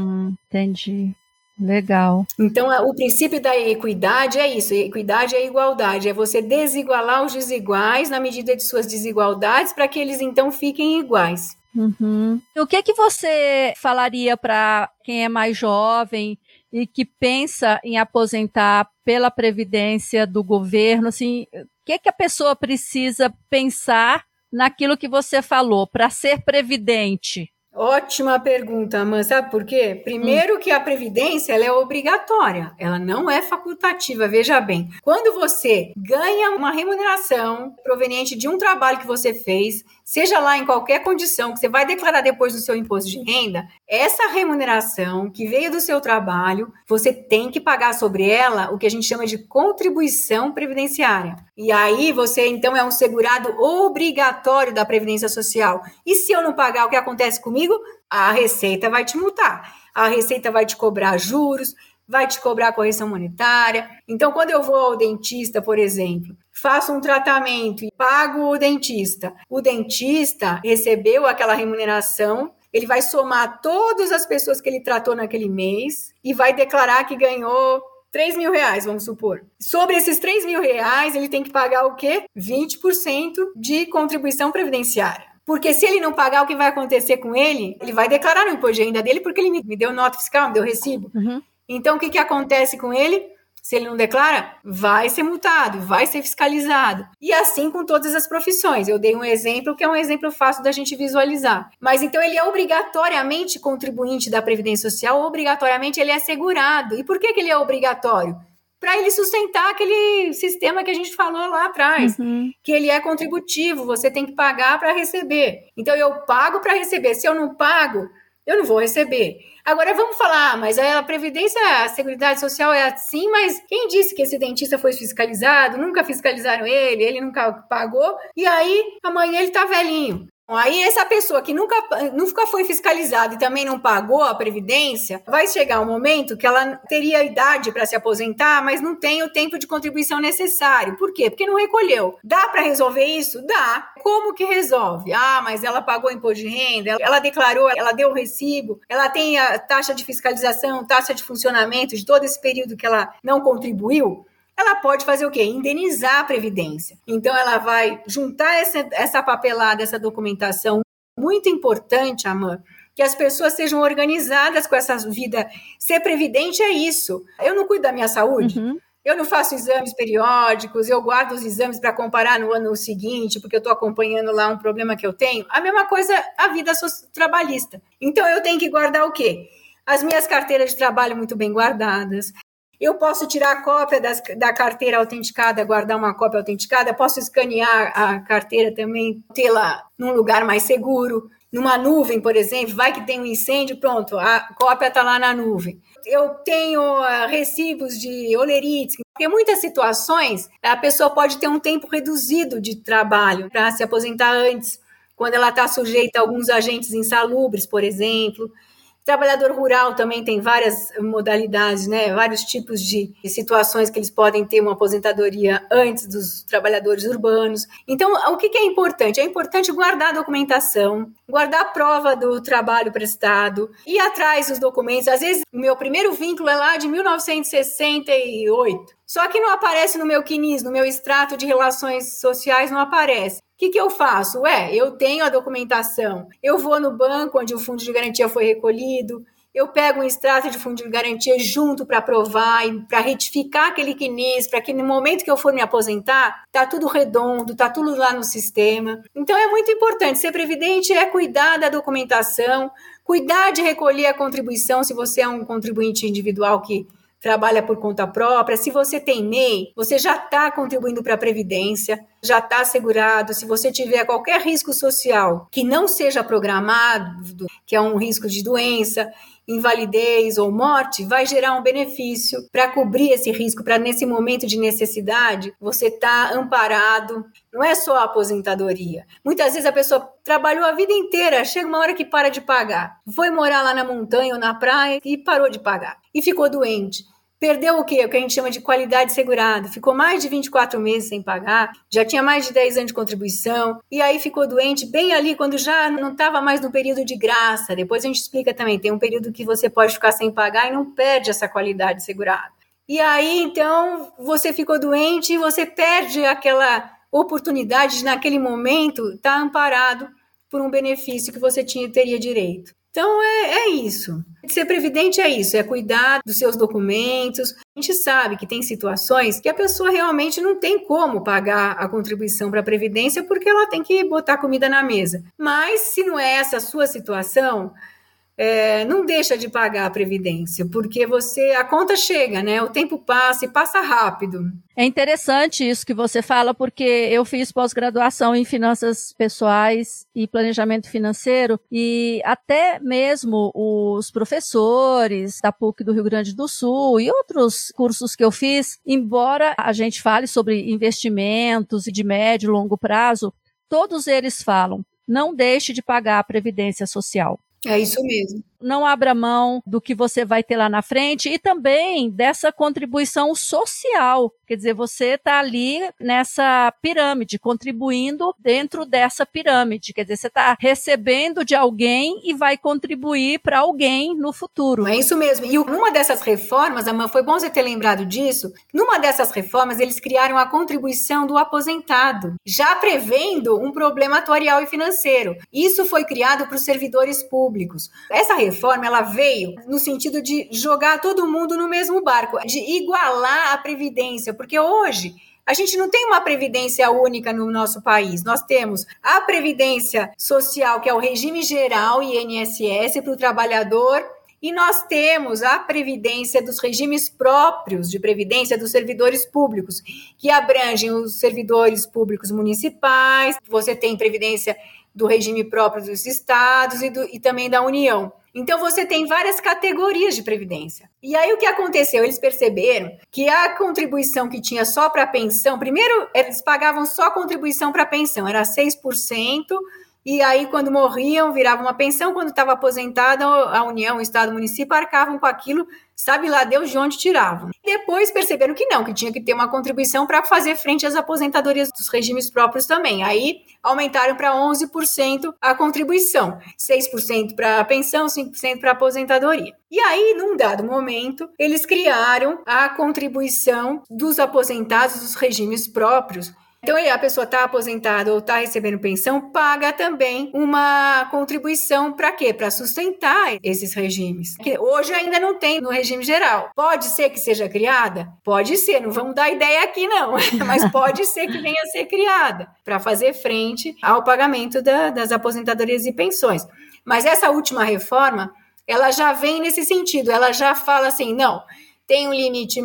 Entendi. Legal. Então, o princípio da equidade é isso, equidade é igualdade, é você desigualar os desiguais na medida de suas desigualdades para que eles então fiquem iguais. O que você falaria para quem é mais jovem e que pensa em aposentar pela previdência do governo, assim, o que a pessoa precisa pensar naquilo que você falou para ser previdente? Ótima pergunta, Amanda. Sabe por quê? Primeiro que a previdência ela é obrigatória, ela não é facultativa. Veja bem, quando você ganha uma remuneração proveniente de um trabalho que você fez, seja lá em qualquer condição, que você vai declarar depois no seu imposto de renda, essa remuneração que veio do seu trabalho, você tem que pagar sobre ela o que a gente chama de contribuição previdenciária. E aí você, então, é um segurado obrigatório da Previdência Social. E se eu não pagar, o que acontece comigo? A Receita vai te multar. A Receita vai te cobrar juros, vai te cobrar correção monetária. Então, quando eu vou ao dentista, por exemplo, faço um tratamento e pago o dentista recebeu aquela remuneração, ele vai somar todas as pessoas que ele tratou naquele mês e vai declarar que ganhou R$3.000, vamos supor. Sobre esses R$3.000, ele tem que pagar o quê? 20% de contribuição previdenciária. Porque se ele não pagar, o que vai acontecer com ele? Ele vai declarar no imposto de renda dele porque ele me deu nota fiscal, me deu recibo. Então, o que acontece com ele? Se ele não declara, vai ser multado, vai ser fiscalizado. E assim com todas as profissões. Eu dei um exemplo que é um exemplo fácil da gente visualizar. Mas então ele é obrigatoriamente contribuinte da Previdência Social, obrigatoriamente ele é segurado. E por que ele é obrigatório? para ele sustentar aquele sistema que a gente falou lá atrás, que ele é contributivo, você tem que pagar para receber. Então, eu pago para receber. Se eu não pago, eu não vou receber. Agora, vamos falar, mas a Previdência, a Seguridade Social é assim, mas quem disse que esse dentista foi fiscalizado? Nunca fiscalizaram ele nunca pagou, e aí, amanhã ele está velhinho. Aí essa pessoa que nunca foi fiscalizada e também não pagou a Previdência, vai chegar um momento que ela teria idade para se aposentar, mas não tem o tempo de contribuição necessário. Por quê? Porque não recolheu. Dá para resolver isso? Dá. Como que resolve? Mas ela pagou imposto de renda, ela declarou, ela deu o recibo, ela tem a taxa de fiscalização, taxa de funcionamento de todo esse período que ela não contribuiu. Ela pode fazer o quê? Indenizar a Previdência. Então, ela vai juntar essa papelada, essa documentação. Muito importante, Amã, que as pessoas sejam organizadas com essa vida. Ser previdente é isso. Eu não cuido da minha saúde, eu não faço exames periódicos, eu guardo os exames para comparar no ano seguinte, porque eu estou acompanhando lá um problema que eu tenho. A mesma coisa a vida trabalhista. Então, eu tenho que guardar o quê? As minhas carteiras de trabalho muito bem guardadas. Eu posso tirar a cópia da carteira autenticada, guardar uma cópia autenticada, posso escanear a carteira também, tê-la num lugar mais seguro, numa nuvem, por exemplo, vai que tem um incêndio, pronto, a cópia está lá na nuvem. Eu tenho recibos de holerite, porque em muitas situações a pessoa pode ter um tempo reduzido de trabalho para se aposentar antes, quando ela está sujeita a alguns agentes insalubres, por exemplo. Trabalhador rural também tem várias modalidades, né? Vários tipos de situações que eles podem ter uma aposentadoria antes dos trabalhadores urbanos. Então, o que é importante? É importante guardar a documentação, guardar a prova do trabalho prestado, ir atrás dos documentos. Às vezes, o meu primeiro vínculo é lá de 1968. Só que não aparece no meu CNIS, no meu extrato de relações sociais, não aparece. O que eu faço? Eu tenho a documentação, eu vou no banco onde o fundo de garantia foi recolhido, eu pego um extrato de fundo de garantia junto para provar e para retificar aquele CNIS, para que no momento que eu for me aposentar, tá tudo redondo, tá tudo lá no sistema. Então é muito importante, ser previdente é cuidar da documentação, cuidar de recolher a contribuição, se você é um contribuinte individual que trabalha por conta própria. Se você tem MEI, você já está contribuindo para a Previdência, já está assegurado. Se você tiver qualquer risco social que não seja programado, que é um risco de doença, invalidez ou morte, vai gerar um benefício para cobrir esse risco, para nesse momento de necessidade, você está amparado. Não é só a aposentadoria. Muitas vezes a pessoa trabalhou a vida inteira, chega uma hora que para de pagar. Foi morar lá na montanha ou na praia e parou de pagar. E ficou doente. Perdeu o quê? O que a gente chama de qualidade segurada. Ficou mais de 24 meses sem pagar, já tinha mais de 10 anos de contribuição, e aí ficou doente bem ali quando já não estava mais no período de graça. Depois a gente explica também, tem um período que você pode ficar sem pagar e não perde essa qualidade segurada. E aí, então, você ficou doente e você perde aquela oportunidade de, naquele momento, estar amparado por um benefício que você teria direito. Então, é isso. Ser previdente é isso, é cuidar dos seus documentos. A gente sabe que tem situações que a pessoa realmente não tem como pagar a contribuição para a Previdência porque ela tem que botar comida na mesa. Mas, se não é essa a sua situação, não deixa de pagar a Previdência, porque a conta chega, né? O tempo passa e passa rápido. É interessante isso que você fala, porque eu fiz pós-graduação em finanças pessoais e planejamento financeiro, e até mesmo os professores da PUC do Rio Grande do Sul e outros cursos que eu fiz, embora a gente fale sobre investimentos de médio e longo prazo, todos eles falam, não deixe de pagar a Previdência Social. É isso mesmo. Não abra mão do que você vai ter lá na frente e também dessa contribuição social. Quer dizer, você está ali nessa pirâmide, contribuindo dentro dessa pirâmide. Quer dizer, você está recebendo de alguém e vai contribuir para alguém no futuro. É isso mesmo. E numa dessas reformas, Amã, foi bom você ter lembrado disso, numa dessas reformas eles criaram a contribuição do aposentado, já prevendo um problema atuarial e financeiro. Isso foi criado para os servidores públicos. Essa reforma, ela veio no sentido de jogar todo mundo no mesmo barco, de igualar a Previdência, porque hoje a gente não tem uma previdência única no nosso país. Nós temos a Previdência Social, que é o regime geral, INSS, para o trabalhador, E nós temos a previdência dos regimes próprios de previdência dos servidores públicos, que abrangem os servidores públicos municipais, você tem previdência do regime próprio dos estados e também da União. Então, você tem várias categorias de previdência. E aí, o que aconteceu? Eles perceberam que a contribuição que tinha só para a pensão, primeiro, eles pagavam só a contribuição para a pensão, era 6%, e aí, quando morriam, virava uma pensão. Quando estava aposentada, a União, o Estado, o município arcavam com aquilo, sabe lá Deus de onde tiravam. Depois perceberam que não, que tinha que ter uma contribuição para fazer frente às aposentadorias dos regimes próprios também. Aí, aumentaram para 11% a contribuição, 6% para a pensão, 5% para a aposentadoria. E aí, num dado momento, eles criaram a contribuição dos aposentados dos regimes próprios. Então, a pessoa está aposentada ou está recebendo pensão, paga também uma contribuição para quê? Para sustentar esses regimes. Que hoje ainda não tem no regime geral. Pode ser que seja criada? Pode ser, não vamos dar ideia aqui não, mas pode ser que venha a ser criada para fazer frente ao pagamento das aposentadorias e pensões. Mas essa última reforma, ela já vem nesse sentido, ela já fala assim, não, tem um limite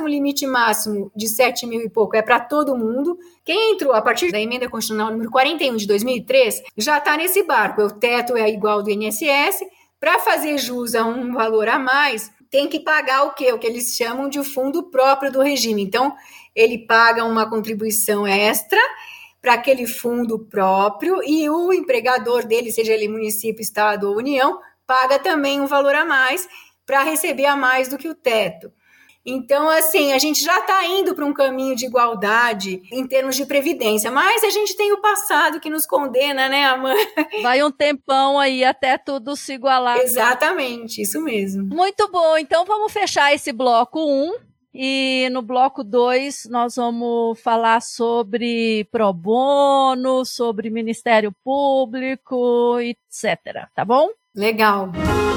máximo de 7 mil e pouco é para todo mundo. Quem entrou a partir da emenda constitucional número 41 de 2003 já está nesse barco, o teto é igual do INSS, para fazer jus a um valor a mais, tem que pagar o quê? O que eles chamam de fundo próprio do regime. Então, ele paga uma contribuição extra para aquele fundo próprio e o empregador dele, seja ele município, estado ou União, paga também um valor a mais para receber a mais do que o teto. Então, assim, a gente já está indo para um caminho de igualdade em termos de previdência, mas a gente tem o passado que nos condena, né, Amanda? Vai um tempão aí até tudo se igualar. Exatamente, isso mesmo. Muito bom, então vamos fechar esse bloco 1 e no bloco 2 nós vamos falar sobre pro bono, sobre Ministério Público, etc. Tá bom? Legal.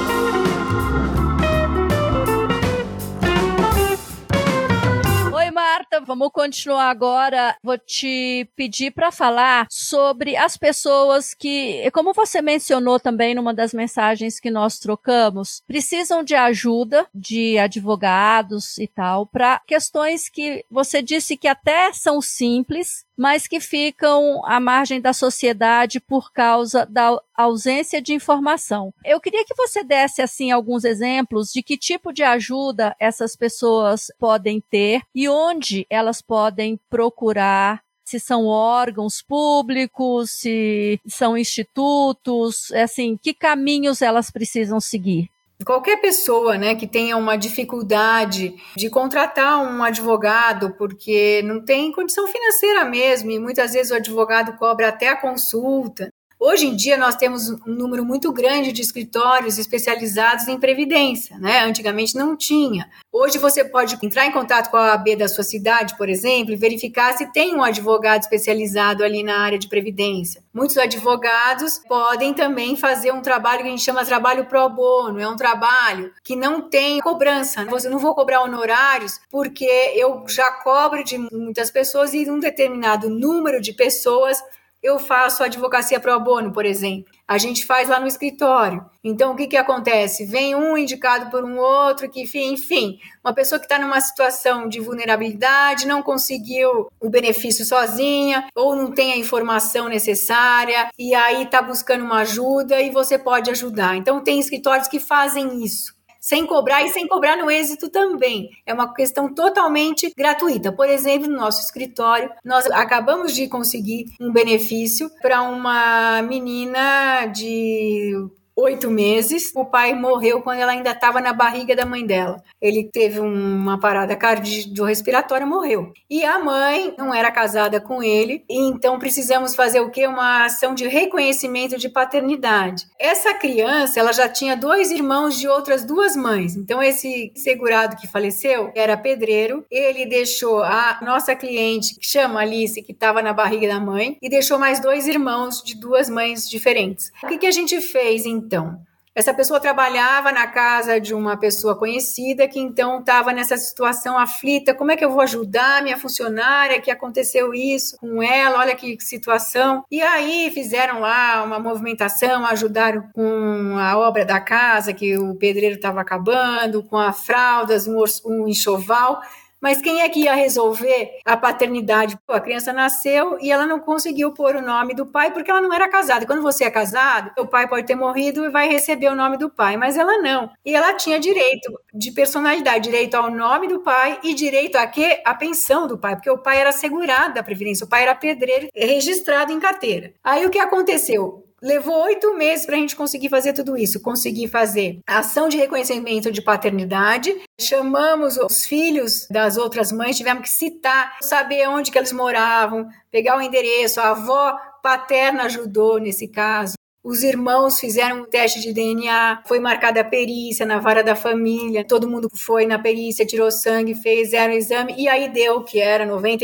Oi, Marta, vamos continuar agora. Vou te pedir para falar sobre as pessoas que, como você mencionou também numa das mensagens que nós trocamos, precisam de ajuda de advogados e tal, para questões que você disse que até são simples, mas que ficam à margem da sociedade por causa da ausência de informação. Eu queria que você desse, assim, alguns exemplos de que tipo de ajuda essas pessoas podem ter e onde elas podem procurar, se são órgãos públicos, se são institutos, assim, que caminhos elas precisam seguir? Qualquer pessoa, né, que tenha uma dificuldade de contratar um advogado porque não tem condição financeira mesmo e muitas vezes o advogado cobra até a consulta. Hoje em dia nós temos um número muito grande de escritórios especializados em previdência, né? Antigamente não tinha. Hoje você pode entrar em contato com a OAB da sua cidade, por exemplo, e verificar se tem um advogado especializado ali na área de previdência. Muitos advogados podem também fazer um trabalho que a gente chama de trabalho pro bono. É um trabalho que não tem cobrança. Eu não vou cobrar honorários porque eu já cobro de muitas pessoas e um determinado número de pessoas eu faço advocacia pro bono, por exemplo. A gente faz lá no escritório. Então, o que acontece? Vem um indicado por um outro, que, enfim, uma pessoa que está numa situação de vulnerabilidade, não conseguiu o benefício sozinha, ou não tem a informação necessária, e aí está buscando uma ajuda e você pode ajudar. Então, tem escritórios que fazem isso. Sem cobrar e sem cobrar no êxito também. É uma questão totalmente gratuita. Por exemplo, no nosso escritório, nós acabamos de conseguir um benefício para uma menina de 8 meses. O pai morreu quando ela ainda estava na barriga da mãe dela. Ele teve uma parada cardiorrespiratória e morreu. E a mãe não era casada com ele, e então precisamos fazer o quê? Uma ação de reconhecimento de paternidade. Essa criança, ela já tinha 2 irmãos de outras 2 mães. Então esse segurado que faleceu era pedreiro. Ele deixou a nossa cliente, que chama Alice, que estava na barriga da mãe, e deixou mais 2 irmãos de 2 mães diferentes. O que a gente fez então? Essa pessoa trabalhava na casa de uma pessoa conhecida que então estava nessa situação aflita. Como é que eu vou ajudar minha funcionária que aconteceu isso com ela? Olha que situação. E aí fizeram lá uma movimentação, ajudaram com a obra da casa que o pedreiro estava acabando, com as fraldas, um enxoval. Mas quem é que ia resolver a paternidade? A criança nasceu e ela não conseguiu pôr o nome do pai porque ela não era casada. Quando você é casado, o pai pode ter morrido e vai receber o nome do pai, mas ela não. E ela tinha direito de personalidade, direito ao nome do pai e direito a quê? A pensão do pai, porque o pai era segurado da Previdência, o pai era pedreiro registrado em carteira. Aí o que aconteceu? Levou 8 meses para a gente conseguir fazer tudo isso, conseguir fazer a ação de reconhecimento de paternidade. Chamamos os filhos das outras mães, tivemos que citar, saber onde que eles moravam, pegar o endereço. A avó paterna ajudou nesse caso. Os irmãos fizeram um teste de DNA, foi marcada a perícia na vara da família, todo mundo foi na perícia, tirou sangue, fizeram o exame, e aí deu que era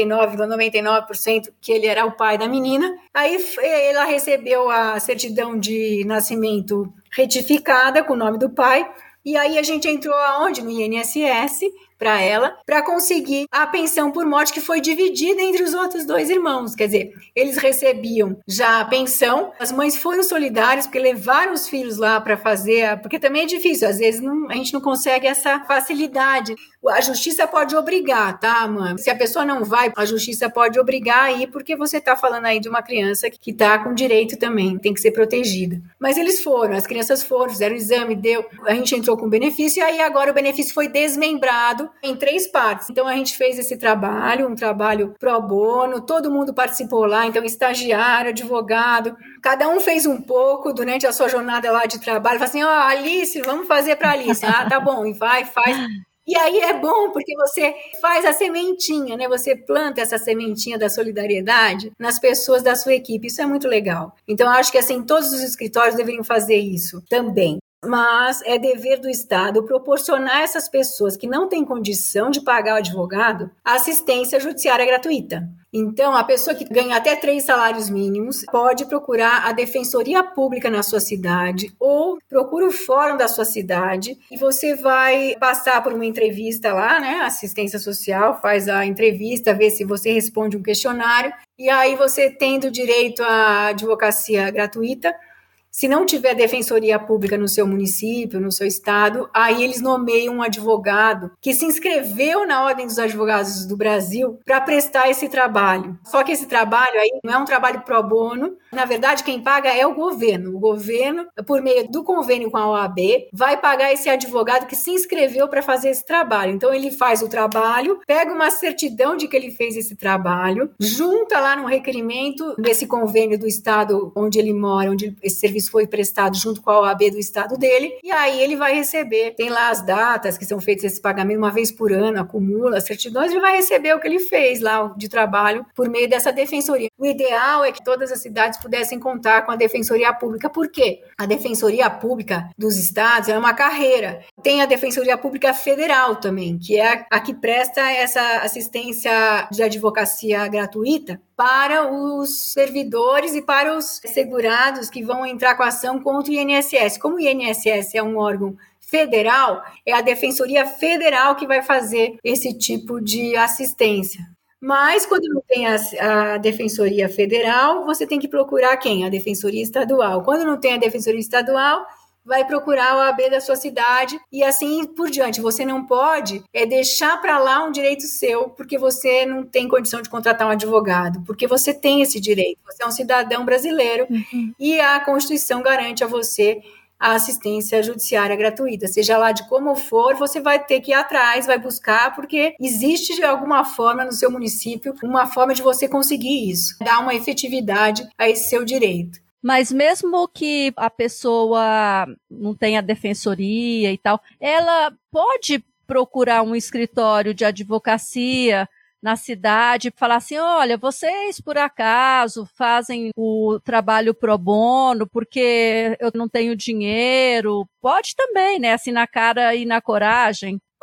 99,99% que ele era o pai da menina. Aí ela recebeu a certidão de nascimento retificada com o nome do pai, e aí a gente entrou aonde? No INSS, para ela, para conseguir a pensão por morte que foi dividida entre os outros 2 irmãos. Quer dizer, eles recebiam já a pensão, as mães foram solidárias porque levaram os filhos lá para fazer, porque também é difícil, às vezes a gente não consegue essa facilidade. A justiça pode obrigar, tá, mãe? Se a pessoa não vai, a justiça pode obrigar a ir, porque você tá falando aí de uma criança que tá com direito também, tem que ser protegida. Mas eles foram, as crianças foram, fizeram o exame, deu, a gente entrou com benefício, e aí agora o benefício foi desmembrado em 3 partes. Então a gente fez esse trabalho, um trabalho pro bono, todo mundo participou lá, então estagiário, advogado, cada um fez um pouco durante a sua jornada lá de trabalho, falou assim, Alice, vamos fazer para Alice. Tá bom, e vai, faz. E aí é bom porque você faz a sementinha, né? Você planta essa sementinha da solidariedade nas pessoas da sua equipe. Isso é muito legal. Então, eu acho que assim, todos os escritórios deveriam fazer isso também. Mas é dever do Estado proporcionar a essas pessoas que não têm condição de pagar o advogado assistência judiciária gratuita. Então, a pessoa que ganha até 3 salários mínimos pode procurar a defensoria pública na sua cidade ou procura o fórum da sua cidade e você vai passar por uma entrevista lá, né? Assistência social faz a entrevista, vê se você responde um questionário e aí você tendo direito à advocacia gratuita. Se não tiver defensoria pública no seu município, no seu estado, aí eles nomeiam um advogado que se inscreveu na Ordem dos Advogados do Brasil para prestar esse trabalho. Só que esse trabalho aí não é um trabalho pro bono. Na verdade, quem paga é o governo. O governo, por meio do convênio com a OAB, vai pagar esse advogado que se inscreveu para fazer esse trabalho. Então, ele faz o trabalho, pega uma certidão de que ele fez esse trabalho, junta lá no requerimento desse convênio do estado onde ele mora, onde esse serviço foi prestado junto com a OAB do estado dele, e aí ele vai receber, tem lá as datas que são feitos esse pagamento uma vez por ano, acumula as certidões, ele vai receber o que ele fez lá de trabalho por meio dessa defensoria. O ideal é que todas as cidades pudessem contar com a defensoria pública. Por quê? A defensoria pública dos estados é uma carreira. Tem a defensoria pública federal também, que é a que presta essa assistência de advocacia gratuita para os servidores e para os segurados que vão entrar com a ação contra o INSS. Como o INSS é um órgão federal, é a Defensoria Federal que vai fazer esse tipo de assistência. Mas, quando não tem a Defensoria Federal, você tem que procurar quem? A Defensoria Estadual. Quando não tem a Defensoria Estadual, vai procurar o OAB da sua cidade e assim por diante. Você não pode deixar para lá um direito seu porque você não tem condição de contratar um advogado, porque você tem esse direito. Você é um cidadão brasileiro e a Constituição garante a você a assistência judiciária gratuita. Seja lá de como for, você vai ter que ir atrás, vai buscar, porque existe de alguma forma no seu município uma forma de você conseguir isso, dar uma efetividade a esse seu direito. Mas mesmo que a pessoa não tenha defensoria e tal, ela pode procurar um escritório de advocacia na cidade e falar assim, olha, vocês por acaso fazem o trabalho pro bono porque eu não tenho dinheiro? Pode também, né? Assim, na cara e na coragem.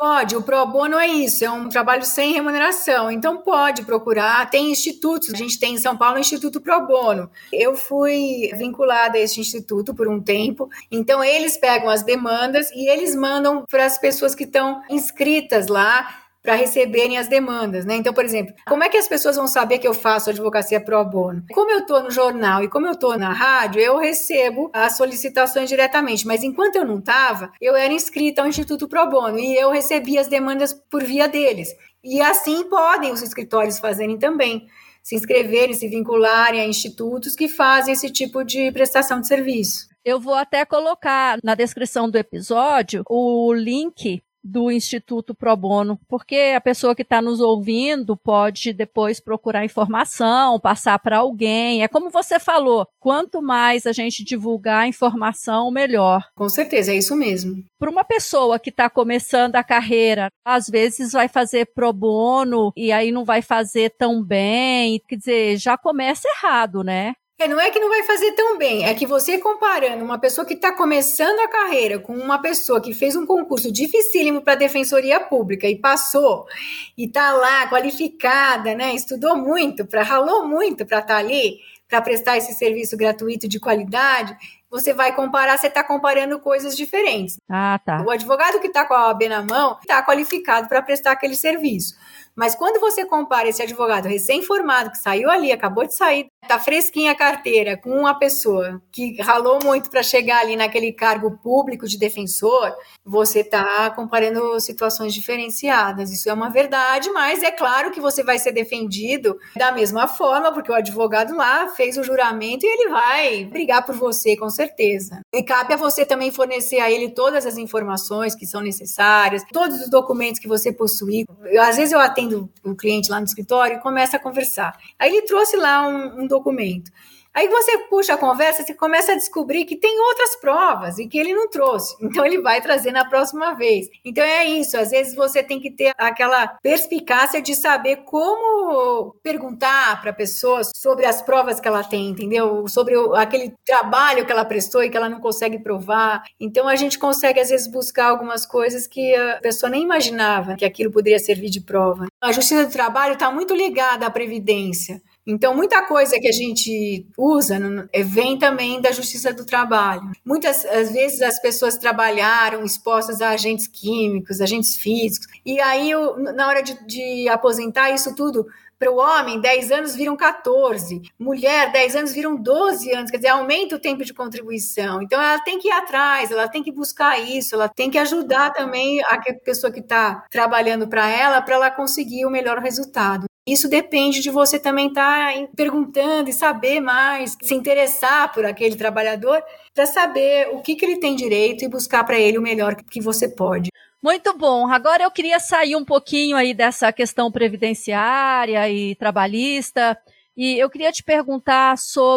Pode, o pro bono é isso, é um trabalho sem remuneração, então pode procurar, tem institutos, a gente tem em São Paulo o Instituto Pro Bono. Eu fui vinculada a esse instituto por um tempo, então eles pegam as demandas e eles mandam para as pessoas que estão inscritas lá, para receberem as demandas, né? Então, por exemplo, como é que as pessoas vão saber que eu faço advocacia pro bono? Como eu estou no jornal e como eu estou na rádio, eu recebo as solicitações diretamente, mas enquanto eu não estava, eu era inscrita ao Instituto Pro Bono e eu recebia as demandas por via deles. E assim podem os escritórios fazerem também, se inscreverem, se vincularem a institutos que fazem esse tipo de prestação de serviço. Eu vou até colocar na descrição do episódio o link do Instituto Pro Bono, porque a pessoa que está nos ouvindo pode depois procurar informação, passar para alguém. É como você falou, quanto mais a gente divulgar a informação, melhor. Com certeza, é isso mesmo. Para uma pessoa que está começando a carreira, às vezes vai fazer pro bono e aí não vai fazer tão bem, quer dizer, já começa errado, né? Não é que não vai fazer tão bem, é que você comparando uma pessoa que está começando a carreira com uma pessoa que fez um concurso dificílimo para a Defensoria Pública e passou, e está lá qualificada, né? Estudou muito, ralou muito para estar ali, para prestar esse serviço gratuito de qualidade, você vai comparar, você está comparando coisas diferentes. Ah, tá. O advogado que está com a OAB na mão está qualificado para prestar aquele serviço. Mas quando você compara esse advogado recém-formado, que saiu ali, acabou de sair, está fresquinha a carteira, com uma pessoa que ralou muito para chegar ali naquele cargo público de defensor, você está comparando situações diferenciadas. Isso é uma verdade, mas é claro que você vai ser defendido da mesma forma, porque o advogado lá fez o juramento e ele vai brigar por você, com certeza. E cabe a você também fornecer a ele todas as informações que são necessárias, todos os documentos que você possuir. Às vezes eu atendo o cliente lá no escritório e começa a conversar. Aí ele trouxe lá um documento. Aí você puxa a conversa, você começa a descobrir que tem outras provas e que ele não trouxe. Então ele vai trazer na próxima vez. Então é isso, às vezes você tem que ter aquela perspicácia de saber como perguntar para a pessoa sobre as provas que ela tem, entendeu? Sobre aquele trabalho que ela prestou e que ela não consegue provar. Então a gente consegue às vezes buscar algumas coisas que a pessoa nem imaginava que aquilo poderia servir de prova. A Justiça do Trabalho está muito ligada à Previdência. Então, muita coisa que a gente usa vem também da Justiça do Trabalho. Muitas vezes as pessoas trabalharam expostas a agentes químicos, agentes físicos, e aí na hora de aposentar isso tudo, para o homem, 10 anos viram 14, mulher, 10 anos viram 12 anos, quer dizer, aumenta o tempo de contribuição. Então, ela tem que ir atrás, ela tem que buscar isso, ela tem que ajudar também a pessoa que está trabalhando para ela conseguir o melhor resultado. Isso depende de você também estar perguntando e saber mais, se interessar por aquele trabalhador, para saber o que ele tem direito e buscar para ele o melhor que você pode. Muito bom. Agora eu queria sair um pouquinho aí dessa questão previdenciária e trabalhista, e eu queria te perguntar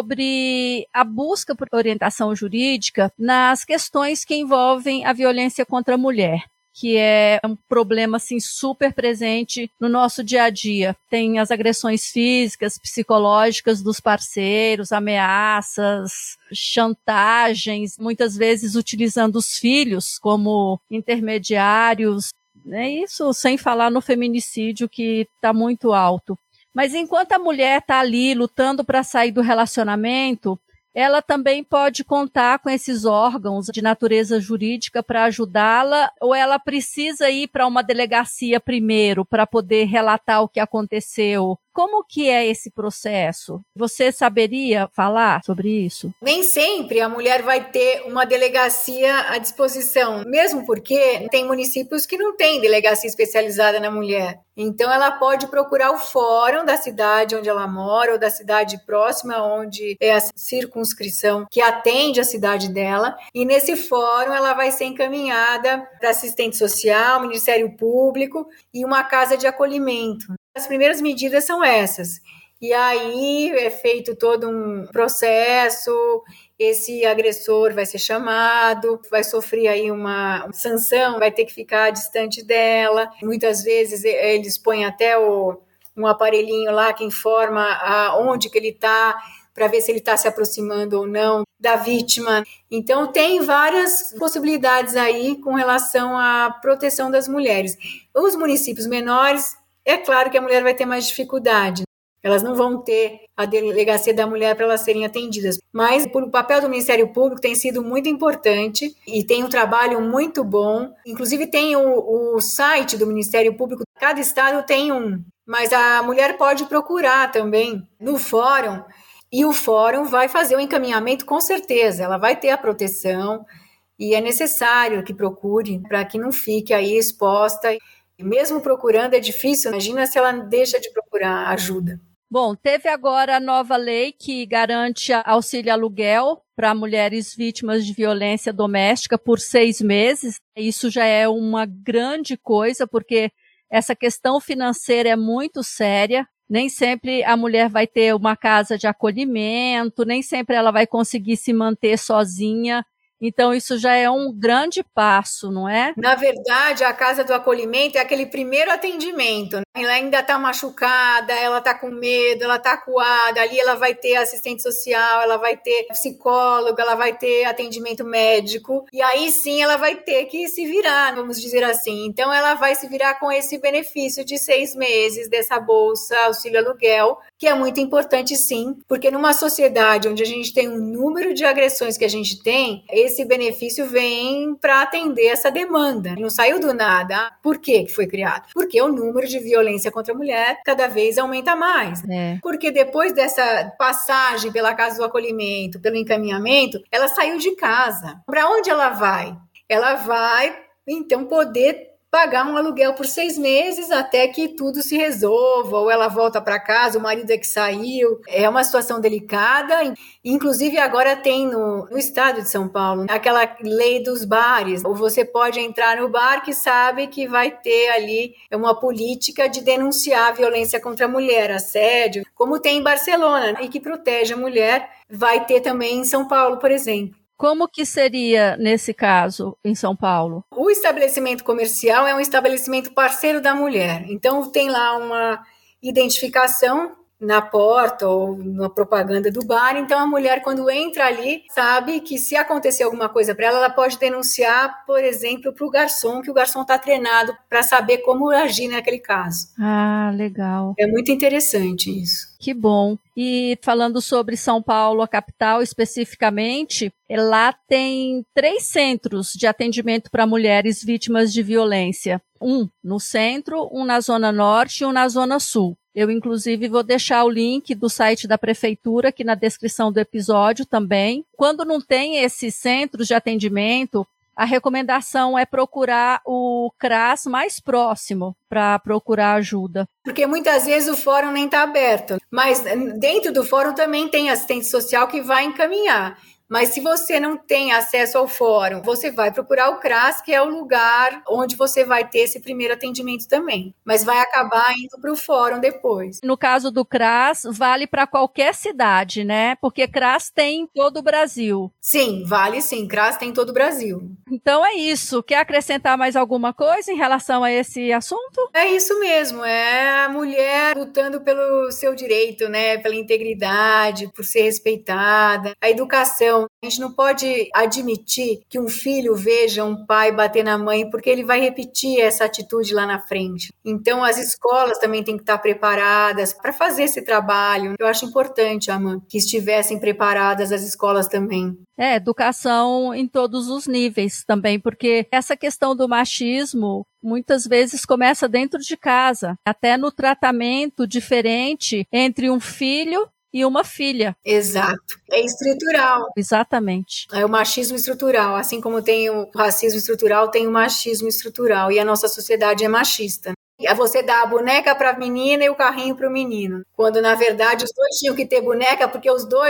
sobre a busca por orientação jurídica nas questões que envolvem a violência contra a mulher, que é um problema assim super presente no nosso dia a dia. Tem as agressões físicas, psicológicas dos parceiros, ameaças, chantagens, muitas vezes utilizando os filhos como intermediários. É isso sem falar no feminicídio, que está muito alto. Mas enquanto a mulher está ali lutando para sair do relacionamento, ela também pode contar com esses órgãos de natureza jurídica para ajudá-la, ou ela precisa ir para uma delegacia primeiro para poder relatar o que aconteceu? Como que é esse processo? Você saberia falar sobre isso? Nem sempre a mulher vai ter uma delegacia à disposição, mesmo porque tem municípios que não têm delegacia especializada na mulher. Então, ela pode procurar o fórum da cidade onde ela mora ou da cidade próxima, onde é a circunscrição que atende a cidade dela. E nesse fórum, ela vai ser encaminhada para assistente social, Ministério Público e uma casa de acolhimento. As primeiras medidas são essas. E aí é feito todo um processo, esse agressor vai ser chamado, vai sofrer aí uma sanção, vai ter que ficar distante dela. Muitas vezes eles põem até um aparelhinho lá que informa onde que ele está, para ver se ele está se aproximando ou não da vítima. Então, tem várias possibilidades aí com relação à proteção das mulheres. Os municípios menores, é claro que a mulher vai ter mais dificuldade. Elas não vão ter a delegacia da mulher para elas serem atendidas. Mas o papel do Ministério Público tem sido muito importante e tem um trabalho muito bom. Inclusive tem o site do Ministério Público, cada estado tem um. Mas a mulher pode procurar também no fórum e o fórum vai fazer o encaminhamento com certeza. Ela vai ter a proteção e é necessário que procure para que não fique aí exposta. E mesmo procurando é difícil, imagina se ela deixa de procurar ajuda. Bom, teve agora a nova lei que garante auxílio aluguel para mulheres vítimas de violência doméstica por 6 meses. Isso já é uma grande coisa, porque essa questão financeira é muito séria. Nem sempre a mulher vai ter uma casa de acolhimento, nem sempre ela vai conseguir se manter sozinha. Então, isso já é um grande passo, não é? Na verdade, a casa do acolhimento é aquele primeiro atendimento. Ela ainda está machucada, ela está com medo, ela está acuada. Ali ela vai ter assistente social, ela vai ter psicólogo, ela vai ter atendimento médico. E aí sim ela vai ter que se virar, vamos dizer assim. Então, ela vai se virar com esse benefício de 6 meses dessa bolsa auxílio aluguel, que é muito importante sim, porque numa sociedade onde a gente tem um número de agressões que a gente tem, esse benefício vem para atender essa demanda. Não saiu do nada. Por que foi criado? Porque o número de violência contra a mulher cada vez aumenta mais. Porque depois dessa passagem pela casa do acolhimento, pelo encaminhamento, ela saiu de casa. Para onde ela vai? Ela vai, então, poder pagar um aluguel por 6 meses até que tudo se resolva, ou ela volta para casa, o marido é que saiu. É uma situação delicada. Inclusive, agora tem no estado de São Paulo aquela lei dos bares. Ou você pode entrar no bar que sabe que vai ter ali uma política de denunciar a violência contra a mulher, assédio, como tem em Barcelona, e que protege a mulher. Vai ter também em São Paulo, por exemplo. Como que seria nesse caso em São Paulo? O estabelecimento comercial é um estabelecimento parceiro da mulher. Então tem lá uma identificação na porta ou na propaganda do bar. Então a mulher, quando entra ali, sabe que se acontecer alguma coisa para ela, ela pode denunciar, por exemplo, para o garçom, que o garçom está treinado para saber como agir naquele caso. Ah, legal. É muito interessante isso. Que bom. E falando sobre São Paulo, a capital especificamente, lá tem 3 centros de atendimento para mulheres vítimas de violência. Um no centro, um na Zona Norte e um na Zona Sul. Eu, inclusive, vou deixar o link do site da Prefeitura aqui na descrição do episódio também. Quando não tem esses centros de atendimento, a recomendação é procurar o CRAS mais próximo para procurar ajuda. Porque muitas vezes o fórum nem está aberto, mas dentro do fórum também tem assistente social que vai encaminhar. Mas se você não tem acesso ao fórum, você vai procurar o CRAS, que é o lugar onde você vai ter esse primeiro atendimento também. Mas vai acabar indo para o fórum depois. No caso do CRAS, vale para qualquer cidade, né? Porque CRAS tem em todo o Brasil. Sim, vale sim. CRAS tem em todo o Brasil. Então é isso. Quer acrescentar mais alguma coisa em relação a esse assunto? É isso mesmo. É a mulher lutando pelo seu direito, né? Pela integridade, por ser respeitada. A educação. A gente não pode admitir que um filho veja um pai bater na mãe, porque ele vai repetir essa atitude lá na frente. Então, as escolas também têm que estar preparadas para fazer esse trabalho. Eu acho importante, Amã, que estivessem preparadas as escolas também. Educação em todos os níveis também, porque essa questão do machismo muitas vezes começa dentro de casa, até no tratamento diferente entre um filho e uma filha. Exato. É estrutural. Exatamente. É o machismo estrutural. Assim como tem o racismo estrutural, tem o machismo estrutural. E a nossa sociedade é machista. E você dá a boneca para a menina e o carrinho para o menino. Quando, na verdade, os dois tinham que ter boneca, porque os dois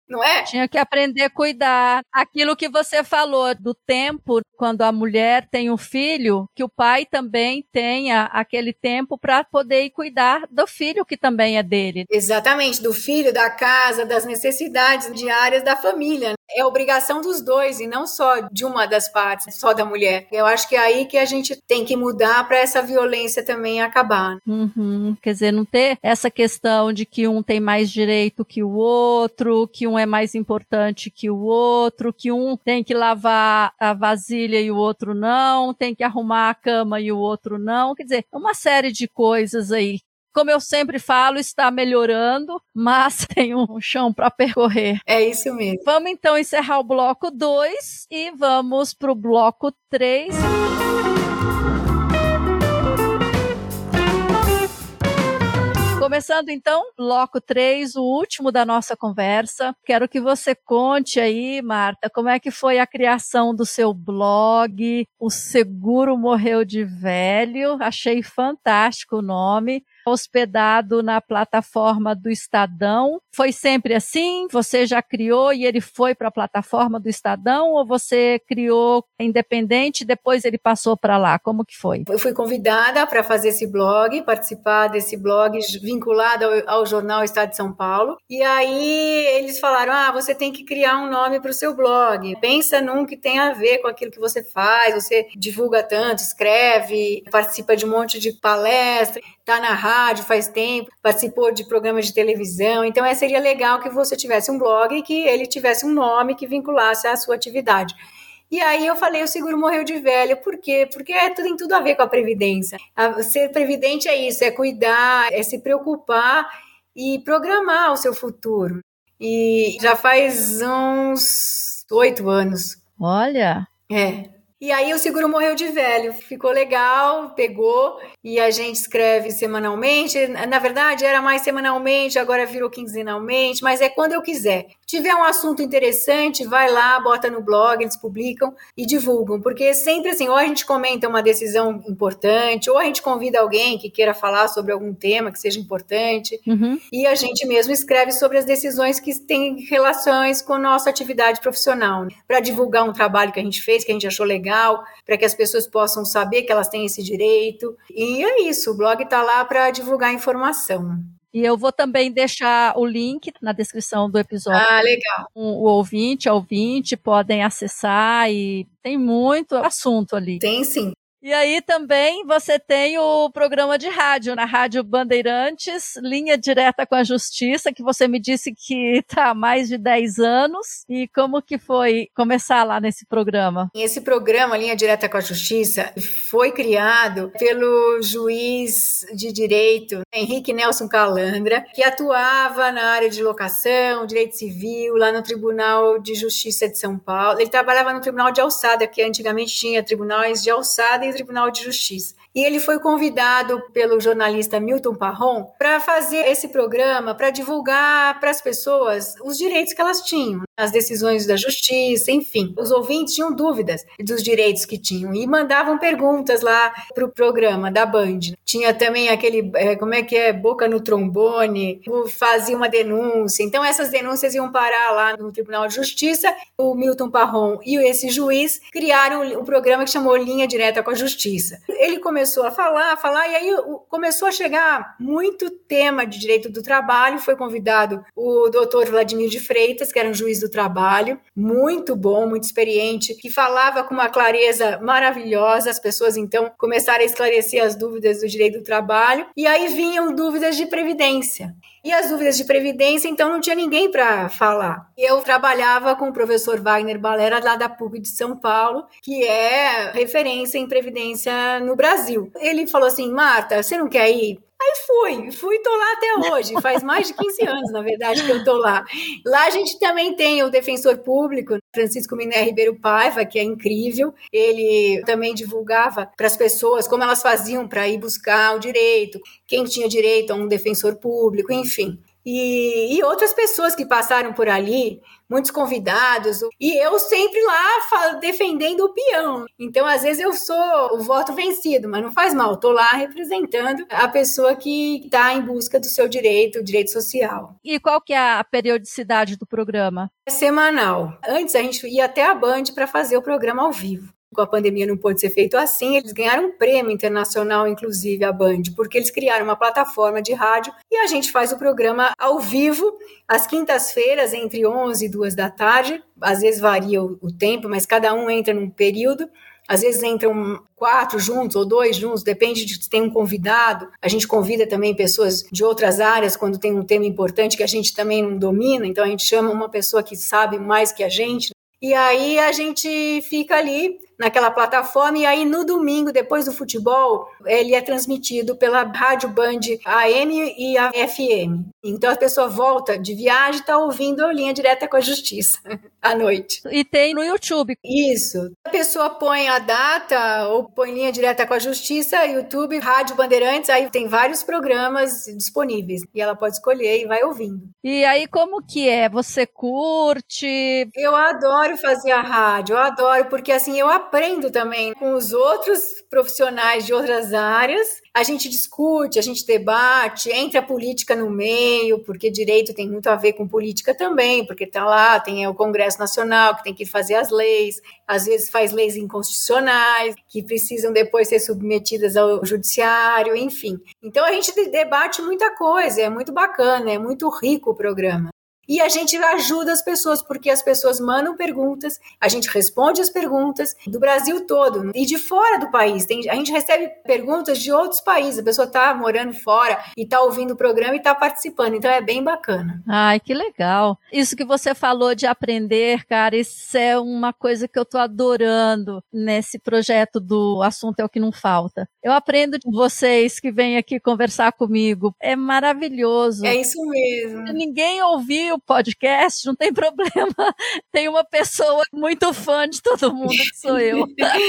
não é? Tinha que aprender a cuidar. Aquilo que você falou do tempo, quando a mulher tem um filho, que o pai também tenha aquele tempo para poder ir cuidar do filho que também é dele. Exatamente, do filho, da casa, das necessidades diárias da família. É obrigação dos dois e não só de uma das partes, só da mulher. Eu acho que é aí que a gente tem que mudar para essa violência também acabar. Quer dizer, não ter essa questão de que um tem mais direito que o outro, que um é mais importante que o outro, que um tem que lavar a vasilha e o outro não, tem que arrumar a cama e o outro não. Quer dizer, uma série de coisas aí. Como eu sempre falo, está melhorando, mas tem um chão para percorrer. É isso mesmo. Vamos então encerrar o bloco 2 e vamos para o bloco 3. Começando então, bloco 3, o último da nossa conversa. Quero que você conte aí, Marta, como é que foi a criação do seu blog, O Seguro Morreu de Velho. Achei fantástico o nome. Hospedado na plataforma do Estadão. Foi sempre assim? Você já criou e ele foi para a plataforma do Estadão ou você criou independente e depois ele passou para lá? Como que foi? Eu fui convidada para fazer esse blog, participar desse blog vinculado ao jornal Estado de São Paulo. E aí eles falaram, você tem que criar um nome para o seu blog. Pensa num que tem a ver com aquilo que você faz, você divulga tanto, escreve, participa de um monte de palestra, está na rádio faz tempo, participou de programas de televisão, então seria legal que você tivesse um blog e que ele tivesse um nome que vinculasse à sua atividade. E aí eu falei, o seguro morreu de velho. Por quê? Porque tem tudo a ver com a previdência. Ser previdente é isso, é cuidar, é se preocupar e programar o seu futuro. E já faz uns 8 anos. Olha! E aí o seguro morreu de velho, ficou legal, pegou, e a gente escreve semanalmente, na verdade era mais semanalmente, agora virou quinzenalmente, mas é quando eu quiser. Tiver um assunto interessante, vai lá, bota no blog, eles publicam e divulgam, porque sempre assim, ou a gente comenta uma decisão importante, ou a gente convida alguém que queira falar sobre algum tema que seja importante, e a gente mesmo escreve sobre as decisões que têm relações com a nossa atividade profissional, para divulgar um trabalho que a gente fez, que a gente achou legal, para que as pessoas possam saber que elas têm esse direito. E é isso, o blog está lá para divulgar informação. E eu vou também deixar o link na descrição do episódio. Legal. O ouvinte podem acessar e tem muito assunto ali. Tem sim. E aí também você tem o programa de rádio, na Rádio Bandeirantes, Linha Direta com a Justiça, que você me disse que está há mais de 10 anos. E como que foi começar lá nesse programa? Esse programa, Linha Direta com a Justiça, foi criado pelo juiz de direito, Henrique Nelson Calandra, que atuava na área de locação, direito civil, lá no Tribunal de Justiça de São Paulo. Ele trabalhava no Tribunal de Alçada, que antigamente tinha tribunais de alçada e Tribunal de Justiça. E ele foi convidado pelo jornalista Milton Parron para fazer esse programa, para divulgar para as pessoas os direitos que elas tinham, as decisões da justiça, enfim. Os ouvintes tinham dúvidas dos direitos que tinham e mandavam perguntas lá para o programa da Band. Tinha também aquele, boca no trombone, fazia uma denúncia. Então essas denúncias iam parar lá no Tribunal de Justiça. O Milton Parron e esse juiz criaram um programa que chamou Linha Direta com a Justiça. Ele começou a falar, e aí começou a chegar muito tema de direito do trabalho. Foi convidado o doutor Vladimir de Freitas, que era um juiz do trabalho, muito bom, muito experiente, que falava com uma clareza maravilhosa. As pessoas, então, começaram a esclarecer as dúvidas do direito do trabalho, e aí vinham dúvidas de previdência. E as dúvidas de previdência, então, não tinha ninguém para falar. Eu trabalhava com o professor Wagner Balera, lá da PUC de São Paulo, que é referência em previdência no Brasil. Ele falou assim, Marta, você não quer ir? Aí fui, tô lá até hoje, faz mais de 15 anos, na verdade, que eu tô lá. Lá a gente também tem o defensor público, Francisco Miné Ribeiro Paiva, que é incrível. Ele também divulgava para as pessoas como elas faziam para ir buscar o direito, quem tinha direito a um defensor público, enfim. e outras pessoas que passaram por ali, muitos convidados, e eu sempre lá defendendo o peão. Então, às vezes eu sou o voto vencido, mas não faz mal, estou lá representando a pessoa que está em busca do seu direito, o direito social. E qual que é a periodicidade do programa? É semanal. Antes a gente ia até a Band para fazer o programa ao vivo. Com a pandemia não pôde ser feito assim, eles ganharam um prêmio internacional, inclusive a Band, porque eles criaram uma plataforma de rádio e a gente faz o programa ao vivo, às quintas-feiras, entre 11 e 2 da tarde, às vezes varia o tempo, mas cada um entra num período, às vezes entram 4 juntos ou 2 juntos, depende de se tem um convidado, a gente convida também pessoas de outras áreas quando tem um tema importante que a gente também não domina, então a gente chama uma pessoa que sabe mais que a gente, e aí a gente fica ali naquela plataforma, e aí no domingo, depois do futebol, ele é transmitido pela Rádio Band AM e a FM. Então a pessoa volta de viagem e está ouvindo a Linha Direta com a Justiça à noite. E tem no YouTube. Isso. A pessoa põe a data ou põe Linha Direta com a Justiça, YouTube, Rádio Bandeirantes, aí tem vários programas disponíveis e ela pode escolher e vai ouvindo. E aí como que é? Você curte? Eu adoro fazer a rádio, eu adoro, porque assim eu aprendo também com os outros profissionais de outras áreas, a gente discute, a gente debate, entra a política no meio, porque direito tem muito a ver com política também, porque tá lá, tem o Congresso Nacional que tem que fazer as leis, às vezes faz leis inconstitucionais, que precisam depois ser submetidas ao judiciário, enfim. Então a gente debate muita coisa, é muito bacana, é muito rico o programa. E a gente ajuda as pessoas, porque as pessoas mandam perguntas, a gente responde as perguntas do Brasil todo e de fora do país. A gente recebe perguntas de outros países, a pessoa está morando fora e está ouvindo o programa e está participando, então é bem bacana. Ai, que legal. Isso que você falou de aprender, cara, isso é uma coisa que eu estou adorando nesse projeto do Assunto é o que não falta. Eu aprendo de vocês que vêm aqui conversar comigo, é maravilhoso. É isso mesmo. Se ninguém ouviu o podcast, não tem problema. Tem uma pessoa muito fã de todo mundo, que sou eu.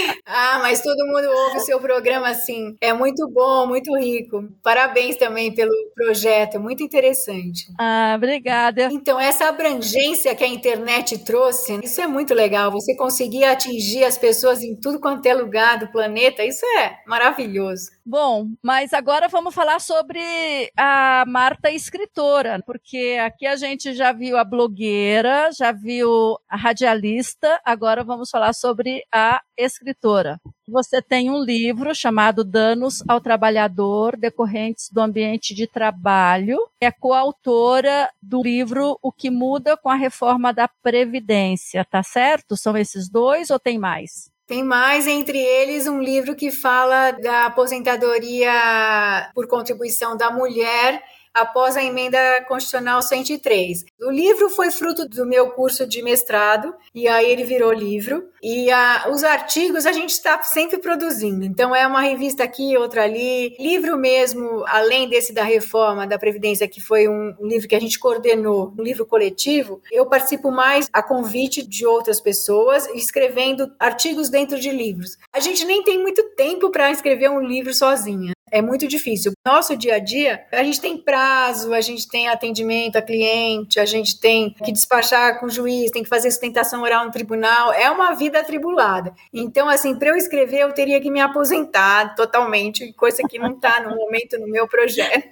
Mas todo mundo ouve o seu programa assim. É muito bom, muito rico. Parabéns também pelo projeto, muito interessante. Obrigada. Então, essa abrangência que a internet trouxe, isso é muito legal. Você conseguir atingir as pessoas em tudo quanto é lugar do planeta, isso é maravilhoso. Bom, mas agora vamos falar sobre a Marta escritora, porque aqui a gente já viu a blogueira, já viu a radialista, agora vamos falar sobre a escritora. Você tem um livro chamado Danos ao Trabalhador decorrentes do ambiente de trabalho, é coautora do livro O que muda com a reforma da Previdência, tá certo? São esses dois ou tem mais? Tem mais, entre eles, um livro que fala da aposentadoria por contribuição da mulher após a emenda constitucional 103. O livro foi fruto do meu curso de mestrado, e aí ele virou livro, e os artigos a gente está sempre produzindo, então é uma revista aqui, outra ali, livro mesmo, além desse da reforma da Previdência, que foi um livro que a gente coordenou, um livro coletivo, eu participo mais a convite de outras pessoas, escrevendo artigos dentro de livros. A gente nem tem muito tempo para escrever um livro sozinha. É muito difícil. Nosso dia a dia, a gente tem prazo, a gente tem atendimento a cliente, a gente tem que despachar com o juiz, tem que fazer sustentação oral no tribunal. É uma vida atribulada. Então, assim, para eu escrever, eu teria que me aposentar totalmente, coisa que não está no momento no meu projeto.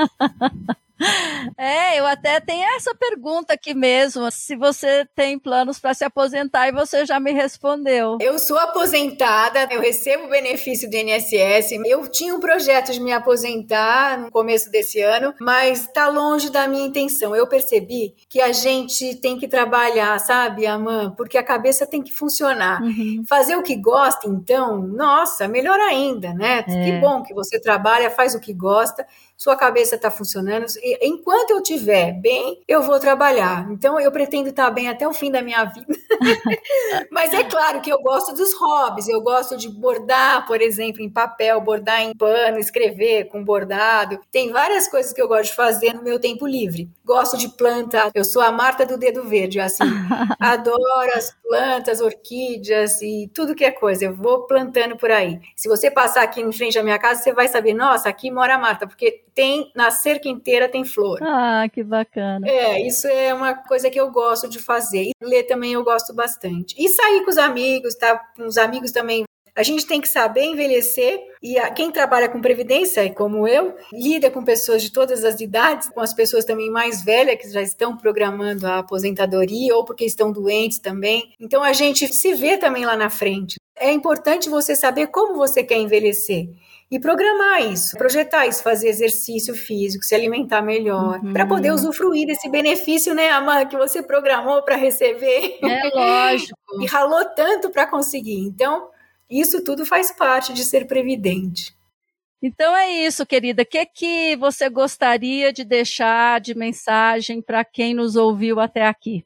Eu até tenho essa pergunta aqui mesmo, se você tem planos para se aposentar, e você já me respondeu. Eu sou aposentada, eu recebo o benefício do INSS, eu tinha um projeto de me aposentar no começo desse ano, mas está longe da minha intenção. Eu percebi que a gente tem que trabalhar, sabe, Amã? Porque a cabeça tem que funcionar. Uhum. Fazer o que gosta, então, nossa, melhor ainda, né? Que bom que você trabalha, faz o que gosta, sua cabeça está funcionando. Enquanto eu estiver bem, eu vou trabalhar. Então, eu pretendo estar bem até o fim da minha vida. Mas é claro que eu gosto dos hobbies. Eu gosto de bordar, por exemplo, em papel, bordar em pano, escrever com bordado. Tem várias coisas que eu gosto de fazer no meu tempo livre. Gosto de plantar. Eu sou a Marta do Dedo Verde, assim. Adoro as plantas, orquídeas e tudo que é coisa. Eu vou plantando por aí. Se você passar aqui em frente à minha casa, você vai saber, nossa, aqui mora a Marta, porque na cerca inteira tem flor. Ah, que bacana. Isso é uma coisa que eu gosto de fazer. E ler também eu gosto bastante. E sair com os amigos, tá? Com os amigos também. A gente tem que saber envelhecer, e quem trabalha com previdência, como eu, lida com pessoas de todas as idades, com as pessoas também mais velhas que já estão programando a aposentadoria ou porque estão doentes também. Então a gente se vê também lá na frente. É importante você saber como você quer envelhecer e programar isso, projetar isso, fazer exercício físico, se alimentar melhor, para poder usufruir desse benefício, né, Amanda, que você programou para receber. É lógico. E ralou tanto para conseguir. Então, isso tudo faz parte de ser previdente. Então é isso, querida. O que você gostaria de deixar de mensagem para quem nos ouviu até aqui?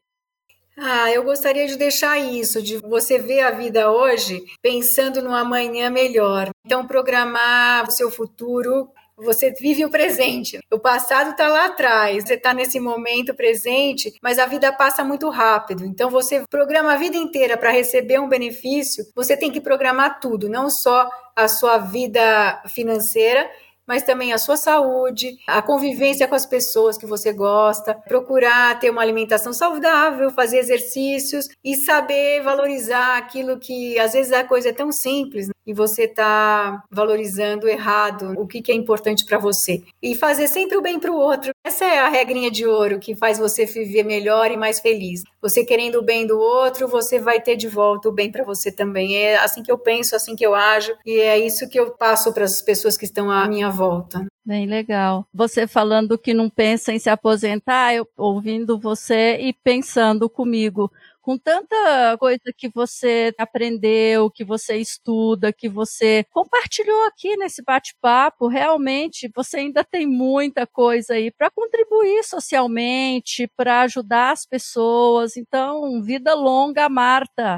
Eu gostaria de deixar isso, de você ver a vida hoje pensando no amanhã melhor. Então, programar o seu futuro. Você vive o presente. O passado está lá atrás. Você está nesse momento presente, mas a vida passa muito rápido. Então, você programa a vida inteira para receber um benefício. Você tem que programar tudo, não só a sua vida financeira, mas também a sua saúde, a convivência com as pessoas que você gosta, procurar ter uma alimentação saudável, fazer exercícios e saber valorizar aquilo que, às vezes, a coisa é tão simples, né? E você está valorizando errado o que é importante para você. E fazer sempre o bem para o outro. Essa é a regrinha de ouro que faz você viver melhor e mais feliz. Você querendo o bem do outro, você vai ter de volta o bem para você também. É assim que eu penso, assim que eu ajo, e é isso que eu passo para as pessoas que estão à minha volta. Bem legal. Você falando que não pensa em se aposentar, eu ouvindo você e pensando comigo. Com tanta coisa que você aprendeu, que você estuda, que você compartilhou aqui nesse bate-papo, realmente você ainda tem muita coisa aí para contribuir socialmente, para ajudar as pessoas. Então, vida longa, Marta.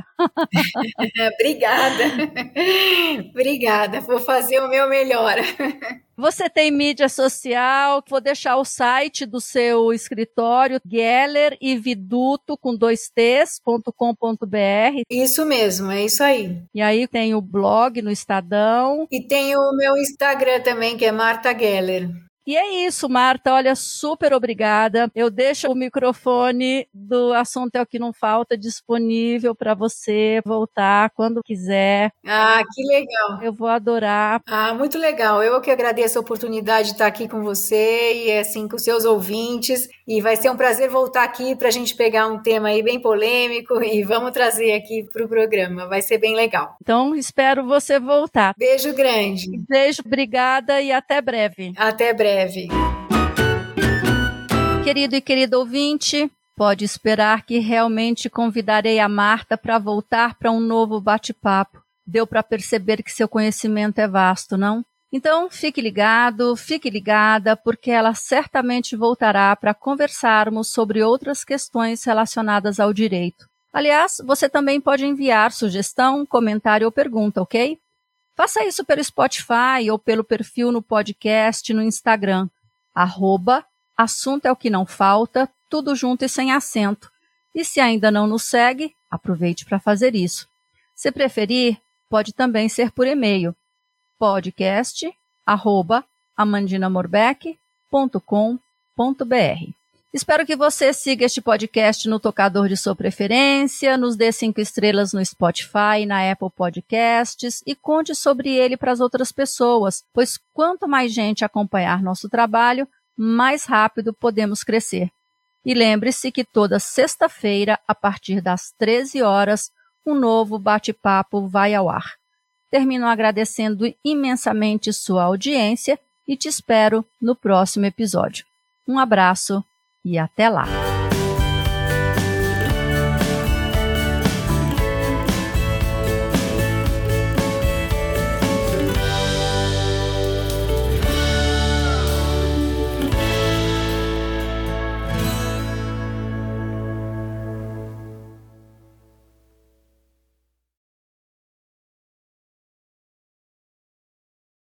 Obrigada. Obrigada. Vou fazer o meu melhor. Você tem mídia social, vou deixar o site do seu escritório, Geller e Viduto, com 2ts.com.br. Isso mesmo, é isso aí. E aí tem o blog no Estadão. E tem o meu Instagram também, que é Marta Geller. E é isso, Marta, olha, super obrigada. Eu deixo o microfone do Assunto é o que não falta disponível para você voltar quando quiser. Que legal. Eu vou adorar. Muito legal. Eu que agradeço a oportunidade de estar aqui com você e assim com seus ouvintes. E vai ser um prazer voltar aqui para a gente pegar um tema aí bem polêmico e vamos trazer aqui para o programa. Vai ser bem legal. Então, espero você voltar. Beijo grande. Beijo, obrigada e até breve. Até breve. Querido e querida ouvinte, pode esperar que realmente convidarei a Marta para voltar para um novo bate-papo. Deu para perceber que seu conhecimento é vasto, não? Então, fique ligado, fique ligada, porque ela certamente voltará para conversarmos sobre outras questões relacionadas ao direito. Aliás, você também pode enviar sugestão, comentário ou pergunta, ok? Faça isso pelo Spotify ou pelo perfil no podcast no Instagram, @assunto é o que não falta, tudo junto e sem acento. E se ainda não nos segue, aproveite para fazer isso. Se preferir, pode também ser por e-mail, podcast@amandinamorbeck.com.br. Espero que você siga este podcast no tocador de sua preferência, nos dê 5 estrelas no Spotify, na Apple Podcasts e conte sobre ele para as outras pessoas, pois quanto mais gente acompanhar nosso trabalho, mais rápido podemos crescer. E lembre-se que toda sexta-feira, a partir das 13 horas, um novo bate-papo vai ao ar. Termino agradecendo imensamente sua audiência e te espero no próximo episódio. Um abraço e até lá!